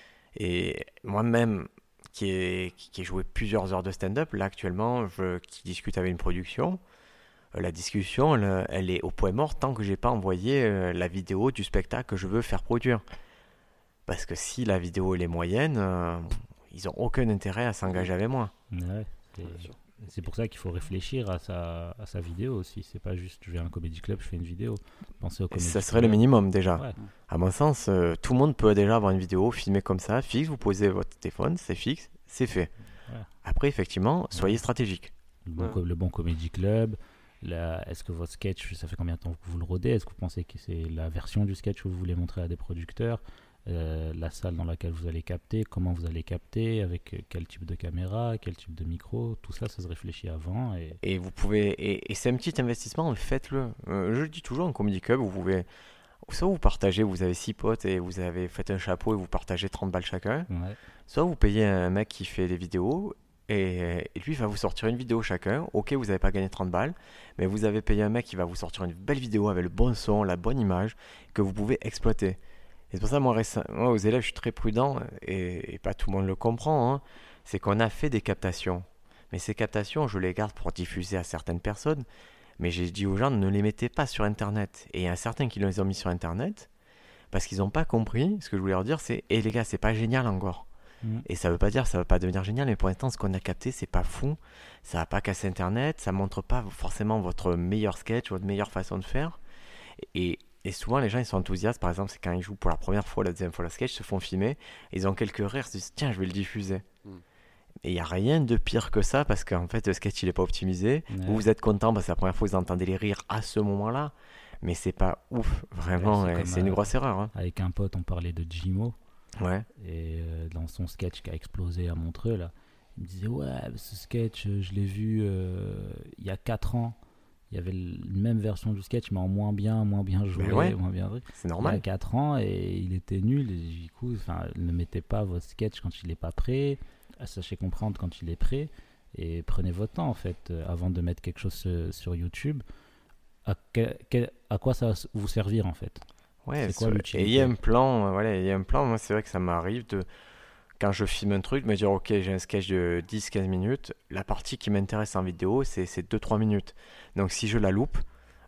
Et moi-même, qui ai, qui ai joué plusieurs heures de stand-up, là actuellement, je, qui discute avec une production, euh, la discussion, elle, elle est au point mort tant que j'ai pas envoyé euh, la vidéo du spectacle que je veux faire produire. Parce que si la vidéo elle est moyenne, euh, ils ont aucun intérêt à s'engager avec moi. Ouais, c'est... Bien sûr. C'est pour ça qu'il faut réfléchir à sa, à sa vidéo aussi. C'est pas juste je vais à un comédie club, je fais une vidéo. Pensez au Et comédie ça serait le club. minimum déjà. Ouais. À mon sens, euh, tout le monde peut déjà avoir une vidéo filmée comme ça, fixe, vous posez votre téléphone, c'est fixe, c'est fait. Ouais. Après, effectivement, soyez stratégique. Le bon, Ouais. co- le bon comédie club. La- est-ce que votre sketch, ça fait combien de temps que vous le rodez? Est-ce que vous pensez que c'est la version du sketch que vous voulez montrer à des producteurs? Euh, la salle dans laquelle vous allez capter, comment vous allez capter, avec euh, quel type de caméra, quel type de micro, tout ça, ça se réfléchit avant. Et... Et vous pouvez, et, et c'est un petit investissement, faites-le. Euh, je le dis toujours en comedy club, vous pouvez, soit vous partagez, vous avez six potes et vous avez fait un chapeau et vous partagez trente balles chacun, Ouais. soit vous payez un mec qui fait des vidéos et, et lui il va vous sortir une vidéo chacun. Ok, vous n'avez pas gagné trente balles, mais vous avez payé un mec qui va vous sortir une belle vidéo avec le bon son, la bonne image que vous pouvez exploiter. Et c'est pour ça, moi, récem- moi, aux élèves, je suis très prudent et, et pas tout le monde le comprend. Hein, c'est qu'on a fait des captations. Mais ces captations, je les garde pour diffuser à certaines personnes. Mais j'ai dit aux gens, ne les mettez pas sur Internet. Et il y a certains qui les ont mis sur Internet parce qu'ils n'ont pas compris. Ce que je voulais leur dire, c'est hé les gars, c'est pas génial encore. Mhm. Et ça veut pas dire ça va pas devenir génial, mais pour l'instant, ce qu'on a capté, c'est pas fou. Ça va pas casser Internet. Ça montre pas forcément votre meilleur sketch, votre meilleure façon de faire. Et, et souvent, les gens, ils sont enthousiastes. Par exemple, c'est quand ils jouent pour la première fois, la deuxième fois le sketch, se font filmer. Ils ont quelques rires, ils se disent tiens, je vais le diffuser. Mm. Et il n'y a rien de pire que ça parce qu'en fait, le sketch, il n'est pas optimisé. Ouais. Vous, vous êtes content parce que c'est la première fois que vous entendez les rires à ce moment-là. Mais c'est pas ouf, vraiment. Ouais, c'est et comme, c'est une euh, grosse erreur. Hein. Avec un pote, on parlait de Jimo. Ouais. Et euh, dans son sketch qui a explosé à Montreux, là, il me disait ouais, ce sketch, euh, je l'ai vu euh, il y a quatre ans. Il y avait l- une même version du sketch, mais en moins bien, moins bien joué, ouais. moins bien truc. C'est Il y a normal. quatre ans et il était nul. Et du coup, enfin, ne mettez pas votre sketch quand il n'est pas prêt. Sachez comprendre quand il est prêt. Et prenez votre temps, en fait, euh, avant de mettre quelque chose euh, sur YouTube. À, que- que- à quoi ça va s- vous servir, en fait? Ouais, C'est quoi c'est- l'utilité? et il y a un plan, euh, voilà, il y a un plan. Moi, c'est vrai que ça m'arrive de, quand je filme un truc, de me dire, ok, j'ai un sketch de dix à quinze minutes. La partie qui m'intéresse en vidéo, c'est, c'est deux à trois minutes. Donc, si je la loupe,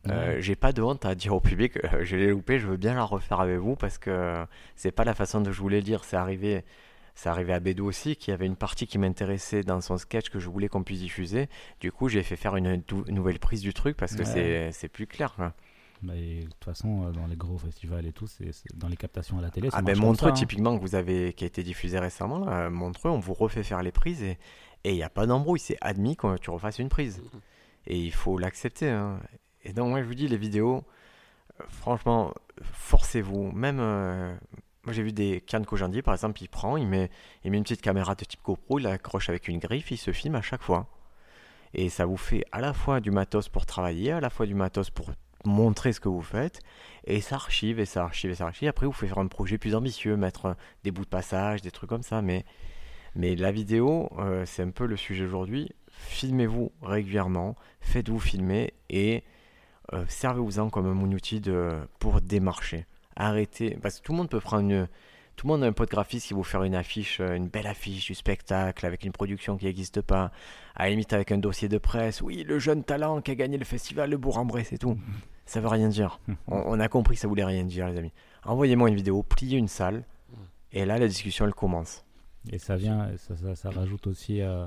Euh, Ouais. j'ai pas de honte à dire au public, euh, je l'ai loupé, je veux bien la refaire avec vous parce que c'est pas la façon dont je voulais le dire. C'est arrivé, c'est arrivé à Bédou aussi, qui avait une partie qui m'intéressait dans son sketch que je voulais qu'on puisse diffuser. Du coup, j'ai fait faire une dou- nouvelle prise du truc parce que Ouais. c'est, c'est plus clair, quoi. Bah, et de toute façon, euh, dans les gros festivals et tout, c'est, c'est- dans les captations à la télé, ça Ah ben marche comme Montreux, ça, hein. typiquement, que vous avez, qui a été diffusé récemment, là, Montreux, on vous refait faire les prises et il n'y a pas d'embrouille, c'est admis que tu refasses une prise. Et il faut l'accepter, hein. Et donc, moi, je vous dis, les vidéos, euh, franchement, forcez-vous. Même, euh, moi, j'ai vu des Kian Kojandi, par exemple, il prend, il met, il met une petite caméra de type GoPro, il l'accroche avec une griffe, il se filme à chaque fois. Et ça vous fait à la fois du matos pour travailler, à la fois du matos pour montrer ce que vous faites, et ça archive, et ça archive, et ça archive. Après, vous pouvez faire un projet plus ambitieux, mettre euh, des bouts de passage, des trucs comme ça. Mais, mais la vidéo, euh, c'est un peu le sujet aujourd'hui. Filmez-vous régulièrement, faites-vous filmer, et euh, servez-vous-en comme un outil de, pour démarcher. Arrêtez, parce que tout le monde peut prendre une... Tout le monde a un pote graphiste qui va vous faire une affiche, euh, une belle affiche du spectacle avec une production qui n'existe pas. À la limite avec un dossier de presse. Oui, le jeune talent qui a gagné le festival de Bourg-en-Bresse, c'est tout. Ça veut rien dire. On, on a compris que ça voulait rien dire, les amis. Envoyez-moi une vidéo, pliez une salle, et là la discussion elle commence. Et ça vient, ça, ça, ça rajoute aussi à,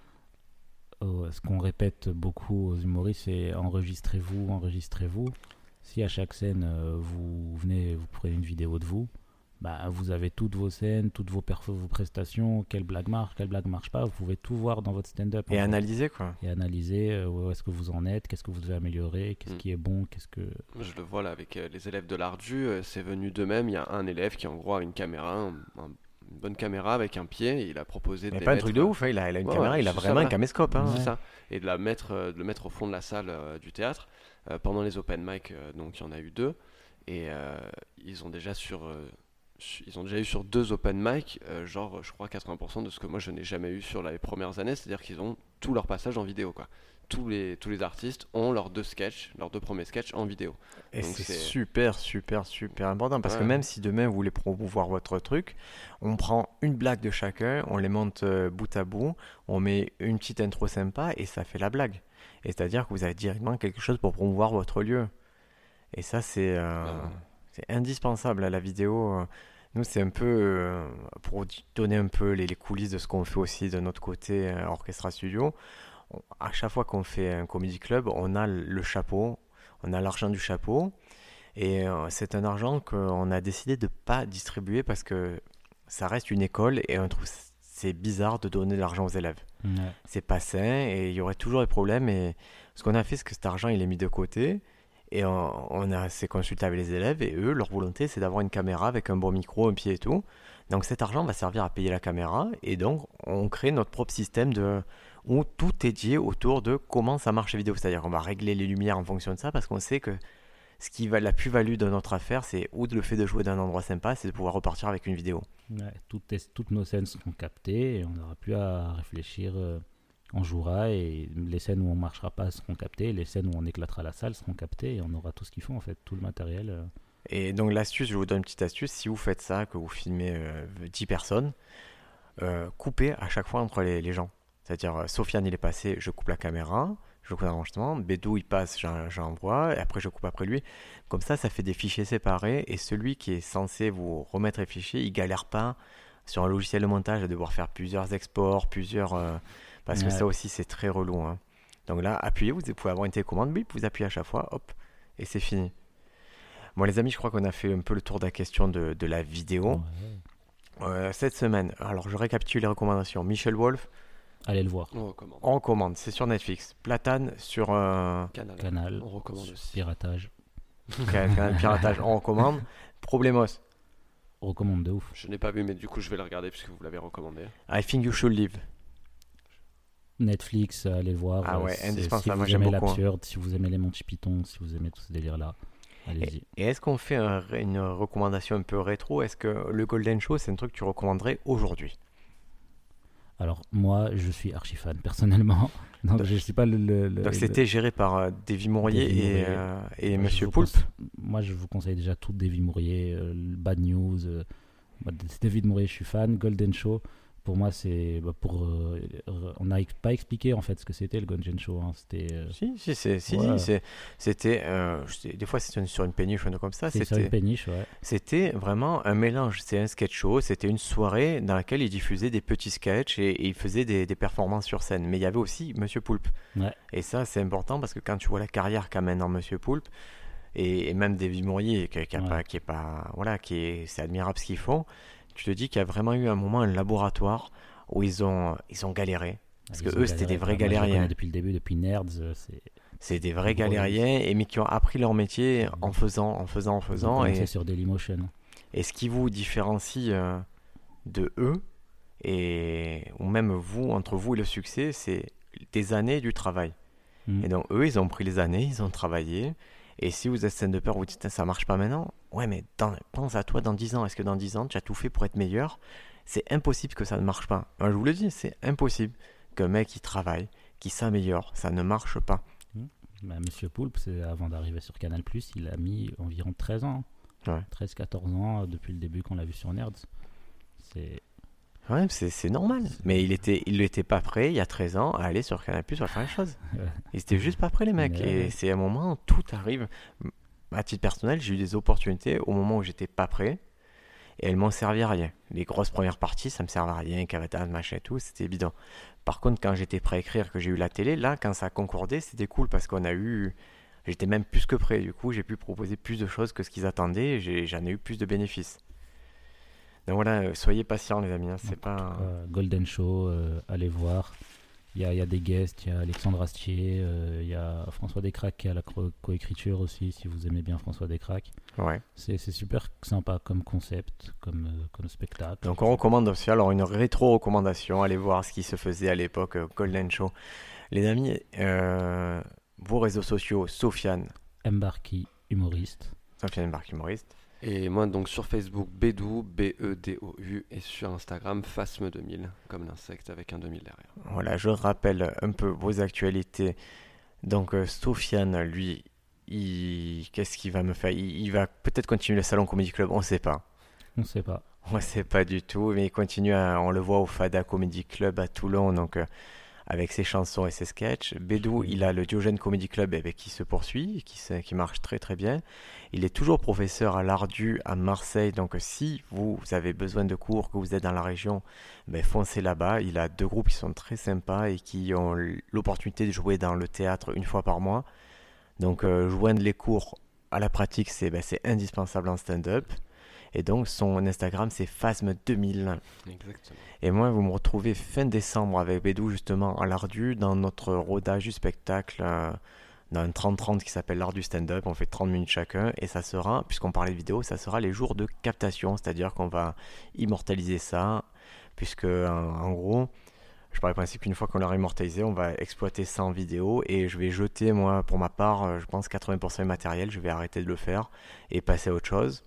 au- ce qu'on répète beaucoup aux humoristes, c'est enregistrez-vous, enregistrez-vous. Si à chaque scène, euh, vous venez, vous prenez une vidéo de vous, bah, vous avez toutes vos scènes, toutes vos, perf- vos prestations, quelle blague marche, quelle blague marche pas, vous pouvez tout voir dans votre stand-up. en Et fait. analysez quoi. Et analyser euh, où est-ce que vous en êtes, qu'est-ce que vous devez améliorer, qu'est-ce Mm. qui est bon, qu'est-ce que... Je le vois là avec euh, les élèves de l'Ardu, euh, c'est venu d'eux-mêmes. Il y a un élève qui en gros a une caméra, un- un- une bonne caméra avec un pied, et il a proposé de Mais les pas un mettre, truc de euh, ouf, hein, il, a, il a une ouais, caméra, ouais, il a c'est ça, vraiment un voilà. caméscope. Hein. Ouais. C'est ça, et de la mettre, euh, de le mettre au fond de la salle euh, du théâtre euh, pendant les open mic. Euh, donc il y en a eu deux, et euh, ils ont déjà sur, euh, su- ils ont déjà eu sur deux open mic, euh, genre je crois quatre-vingts pour cent de ce que moi je n'ai jamais eu sur les premières années, c'est-à-dire qu'ils ont tout leur passage en vidéo quoi. Tous les, tous les artistes ont leurs deux sketchs, leurs deux premiers sketchs en vidéo. Et Donc c'est c'est- super, super, super important parce que Ouais. même si demain vous voulez promouvoir votre truc, on prend une blague de chacun, on les monte euh, bout à bout, on met une petite intro sympa et ça fait la blague. Et c'est-à-dire que vous avez directement quelque chose pour promouvoir votre lieu. Et ça, c'est euh, Ah. c'est indispensable à la vidéo. euh. Nous, c'est un peu euh, pour di- donner un peu les, les coulisses de ce qu'on fait aussi de notre côté euh, Orchestra Studio. On- à chaque fois qu'on fait un comedy club, on a le chapeau, on a l'argent du chapeau. Et euh, c'est un argent qu'on a décidé de ne pas distribuer parce que ça reste une école et on trouve c'est bizarre de donner de l'argent aux élèves. Ouais. C'est pas sain et il y aurait toujours des problèmes. Et ce qu'on a fait, c'est que cet argent, il est mis de côté et on, on a s'est consulté avec les élèves et eux, leur volonté, c'est d'avoir une caméra avec un bon micro, un pied et tout. Donc cet argent va servir à payer la caméra et donc on crée notre propre système de où tout est dédié autour de comment ça marche la vidéo. C'est-à-dire qu'on va régler les lumières en fonction de ça parce qu'on sait que ce qui va la plus-value de notre affaire, c'est outre le fait de jouer d'un endroit sympa, c'est de pouvoir repartir avec une vidéo. Ouais, toutes, tes- toutes nos scènes seront captées et on n'aura plus à réfléchir. euh, on jouera et les scènes où on marchera pas seront captées, les scènes où on éclatera la salle seront captées et on aura tout ce qu'il faut en fait, tout le matériel. euh. Et donc l'astuce, je vous donne une petite astuce, si vous faites ça, que vous filmez euh, dix personnes, euh, coupez à chaque fois entre les, les gens. C'est-à-dire, euh, Sofiane il est passé, je coupe la caméra, je coupe l'enregistrement, Bédou il passe, j'en- j'envoie, et après je coupe après lui. Comme ça, ça fait des fichiers séparés, et celui qui est censé vous remettre les fichiers, il galère pas sur un logiciel de montage à devoir faire plusieurs exports, plusieurs... euh, parce que Ouais. ça aussi c'est très relou. Hein. Donc là, appuyez, vous pouvez avoir une télécommande, bip, vous appuyez à chaque fois, hop, et c'est fini. Bon les amis, je crois qu'on a fait un peu le tour de la question de, de la vidéo. Ouais. Euh, cette semaine, alors je récapitule les recommandations. Michel Wolf, Allez le voir. On recommande. on recommande, c'est sur Netflix. Platane sur euh, Canal. Canal, On recommande aussi. piratage. Canal Piratage, on recommande. Problemos, On recommande de ouf. Je n'ai pas vu, mais du coup je vais le regarder puisque vous l'avez recommandé. I Think You Should Live. Netflix, allez le voir. Ah euh, ouais, c'est- indispensable, Si moi, vous j'aime aimez beaucoup, hein. l'absurde, si vous aimez les Monty Python, si vous aimez tout ce délire-là, allez-y. Et est-ce qu'on fait un- une recommandation un peu rétro? Est-ce que le Golden Show, c'est un truc que tu recommanderais aujourd'hui? Alors moi, je suis archi fan personnellement, donc Donc- je suis pas le. le- le- Donc le- c'était géré par euh, Davy Mourier Davy et, Mourier. euh, et Moi, je Monsieur vous Poulpe. conse- Moi, je vous conseille déjà tout Davy Mourier, euh, le Bad News. euh, moi, David Mourier, je suis fan. Golden Show, pour moi, c'est bah, pour. Euh, on n'a ex- pas expliqué en fait ce que c'était le Gonjen Show. Hein. C'était. Euh, Si, si, c'est, si, ouais. si, c'est, c'était. Euh, des fois, c'était sur une péniche ou un truc comme ça. C'est c'était, sur une péniche, ouais. C'était vraiment un mélange. C'est un sketch show. C'était une soirée dans laquelle il diffusait des petits sketchs et, et il faisait des, des performances sur scène. Mais il y avait aussi Monsieur Poulpe. Ouais. Et ça, c'est important parce que quand tu vois la carrière qu'a maintenant Monsieur Poulpe, et, et même David Mourier, qui, qui, a Ouais. pas, qui est pas. Voilà, qui est, c'est admirable ce qu'ils font. Tu te dis qu'il y a vraiment eu un moment, un laboratoire où ils ont, ils ont galéré. Parce Ils que ont eux, c'était des vrais Moi, je les galériens. connais depuis le début, depuis Nerds. euh, C'est. C'est des vrais En gros, galériens, et, mais qui ont appris leur métier en Mhm. faisant, en faisant, en Ils ont faisant. commencé Et, sur Dailymotion. et ce qui vous différencie euh, de eux, et, ou même vous, entre vous et le succès, c'est des années du travail. Mm. Et donc, eux, ils ont pris les années, ils ont travaillé. Et si vous êtes stand-upper, vous dites ça marche pas maintenant. Ouais, mais dans- pense à toi dans dix ans. Est-ce que dans dix ans, tu as tout fait pour être meilleur? C'est impossible que ça ne marche pas. Moi, je vous le dis, c'est impossible qu'un mec, il travaille, qui s'améliore. Ça ne marche pas. Bah, Monsieur Poulpe, c'est, avant d'arriver sur Canal+, il a mis environ treize ans. Ouais. treize quatorze ans euh, depuis le début qu'on l'a vu sur Nerds. C'est... Ouais, c'est, c'est normal. C'est- Mais il était, il était pas prêt, il y a treize ans, à aller sur Canal+, à faire les choses. Ouais. Ils étaient juste pas prêts, les mecs. Mais Et ouais. c'est un moment où tout arrive. À titre personnel, j'ai eu des opportunités au moment où j'étais pas prêt. Et elles m'ont servi à rien. Les grosses premières parties, ça me servait à rien, Cavatan, machin et tout, c'était évident. Par contre, quand j'étais prêt à écrire, que j'ai eu la télé, là, quand ça concordait, c'était cool parce qu'on a eu. J'étais même plus que prêt. Du coup, j'ai pu proposer plus de choses que ce qu'ils attendaient et j'ai- j'en ai eu plus de bénéfices. Donc voilà, euh, soyez patients, les amis. Hein, c'est Donc, pas. euh, Golden Show, euh, allez voir. Il y a, il y a des guests, il y a Alexandre Astier, euh, il y a François Descraques qui a la co- coécriture aussi, si vous aimez bien François Descraques. Ouais. C'est, c'est super sympa comme concept, comme, euh, comme spectacle. Donc on recommande aussi alors une rétro-recommandation. Allez voir ce qui se faisait à l'époque, euh, Golden Show. Les amis, euh, vos réseaux sociaux, Sofiane, Mbarki, humoriste. Sofiane Embark humoriste. Et moi, donc sur Facebook, Bédou, B E D O U, et sur Instagram, Phasme deux mille, comme l'insecte avec un deux mille derrière. Voilà, je rappelle un peu vos actualités. Donc euh, Sofiane, lui, il... qu'est-ce qu'il va me faire? il, il va peut-être continuer le Salon Comedy Club, on ne sait pas. On sait pas. On ne sait pas du tout, mais il continue, à- on le voit au Fada Comedy Club à Toulon, donc euh, avec ses chansons et ses sketchs. Bédou, Oui. il a le Diogène Comedy Club avec qui se poursuit, qui, se- qui marche très très bien. Il est toujours professeur à l'Ardu à Marseille, donc euh, si vous avez besoin de cours, que vous êtes dans la région, ben, foncez là-bas. Il a deux groupes qui sont très sympas et qui ont l'opportunité de jouer dans le théâtre une fois par mois. Donc euh, joindre les cours à la pratique, c'est ben, c'est indispensable en stand-up. Et donc son Instagram, c'est Phasme deux mille. Exactement. Et moi, vous me retrouvez fin décembre avec Bédou, justement, à l'Ardu, dans notre rodage du spectacle, euh, dans un trente trente qui s'appelle l'Art du stand-up. On fait trente minutes chacun, et ça sera, puisqu'on parlait de vidéo, ça sera les jours de captation, c'est-à-dire qu'on va immortaliser ça, puisque, en, en gros, je pars du principe qu'une fois qu'on l'aura immortalisé, on va exploiter ça en vidéo, et je vais jeter, moi, pour ma part, euh, je pense quatre-vingts pour cent du matériel, je vais arrêter de le faire, et passer à autre chose.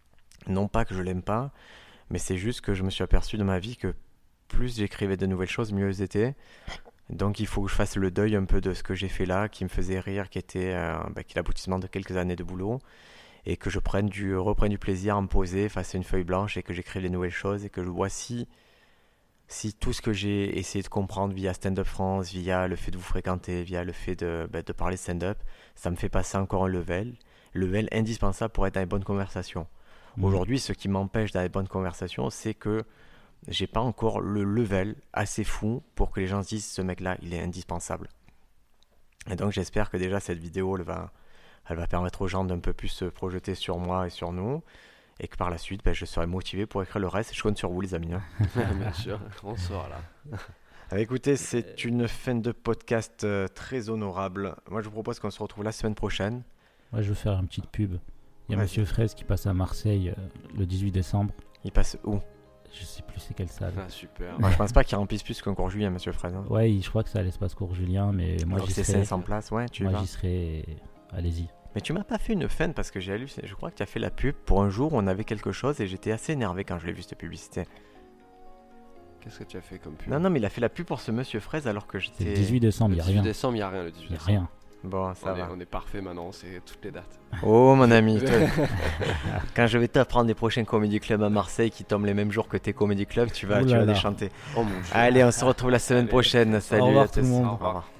Non pas que je l'aime pas, mais c'est juste que je me suis aperçu dans ma vie que plus j'écrivais de nouvelles choses, mieux c'était. Donc il faut que je fasse le deuil un peu de ce que j'ai fait là, qui me faisait rire, qui était, euh, bah, qui est l'aboutissement de quelques années de boulot, et que je prenne du, reprenne du plaisir à me poser face à une feuille blanche et que j'écrive les nouvelles choses et que je vois si, si tout ce que j'ai essayé de comprendre via Stand Up France, via le fait de vous fréquenter, via le fait de, bah, de parler stand-up, ça me fait passer encore un level, level indispensable pour être dans les bonnes conversations. Aujourd'hui, ce qui m'empêche dans les bonnes conversations, c'est que j'ai pas encore le level assez fou pour que les gens se disent ce mec-là, il est indispensable. Et donc j'espère que déjà cette vidéo, elle va, elle va permettre aux gens d'un peu plus se projeter sur moi et sur nous, et que par la suite, ben, je serai motivé pour écrire le reste. Je compte sur vous, les amis. Hein. Bien sûr, on sera là. Alors, écoutez, c'est une fin de podcast euh, très honorable. Moi, je vous propose qu'on se retrouve la semaine prochaine. Moi, je veux faire une petite pub. Il y a Vas-y. Monsieur Fraise qui passe à Marseille euh, le dix-huit décembre. Il passe où? Je sais plus c'est quelle salle. Ah, super. Moi, je pense pas qu'il remplisse plus qu'un cours juillet, Monsieur Fraise. Hein. Ouais, il- je crois que c'est à l'espace cours Julien, mais moi Alors j'y que c'est serai. cinq cents places, ouais, tu y Moi vas. j'y serai. et Allez-y. Mais tu m'as pas fait une fin parce que j'ai halluciné. Je crois que tu as fait la pub pour un jour où on avait quelque chose et j'étais assez énervé quand je l'ai vu cette publicité. Qu'est-ce que tu as fait comme pub? Non, non, mais il a fait la pub pour ce Monsieur Fraise alors que C'est j'étais. le dix-huit décembre, il Le n'y a dix-huit rien. décembre, il n'y a rien le dix-huit Il n'y a décembre. rien. Bon, ça on, va. Est, on est parfait maintenant, c'est toutes les dates. Oh mon ami, toi, quand je vais t'apprendre les prochains comédie clubs à Marseille qui tombent les mêmes jours que tes comédie clubs, tu vas, tu vas les chanter. Oh mon Dieu. Allez, on se retrouve la semaine Allez. prochaine. Salut Au revoir à tout le tous. monde. Au revoir.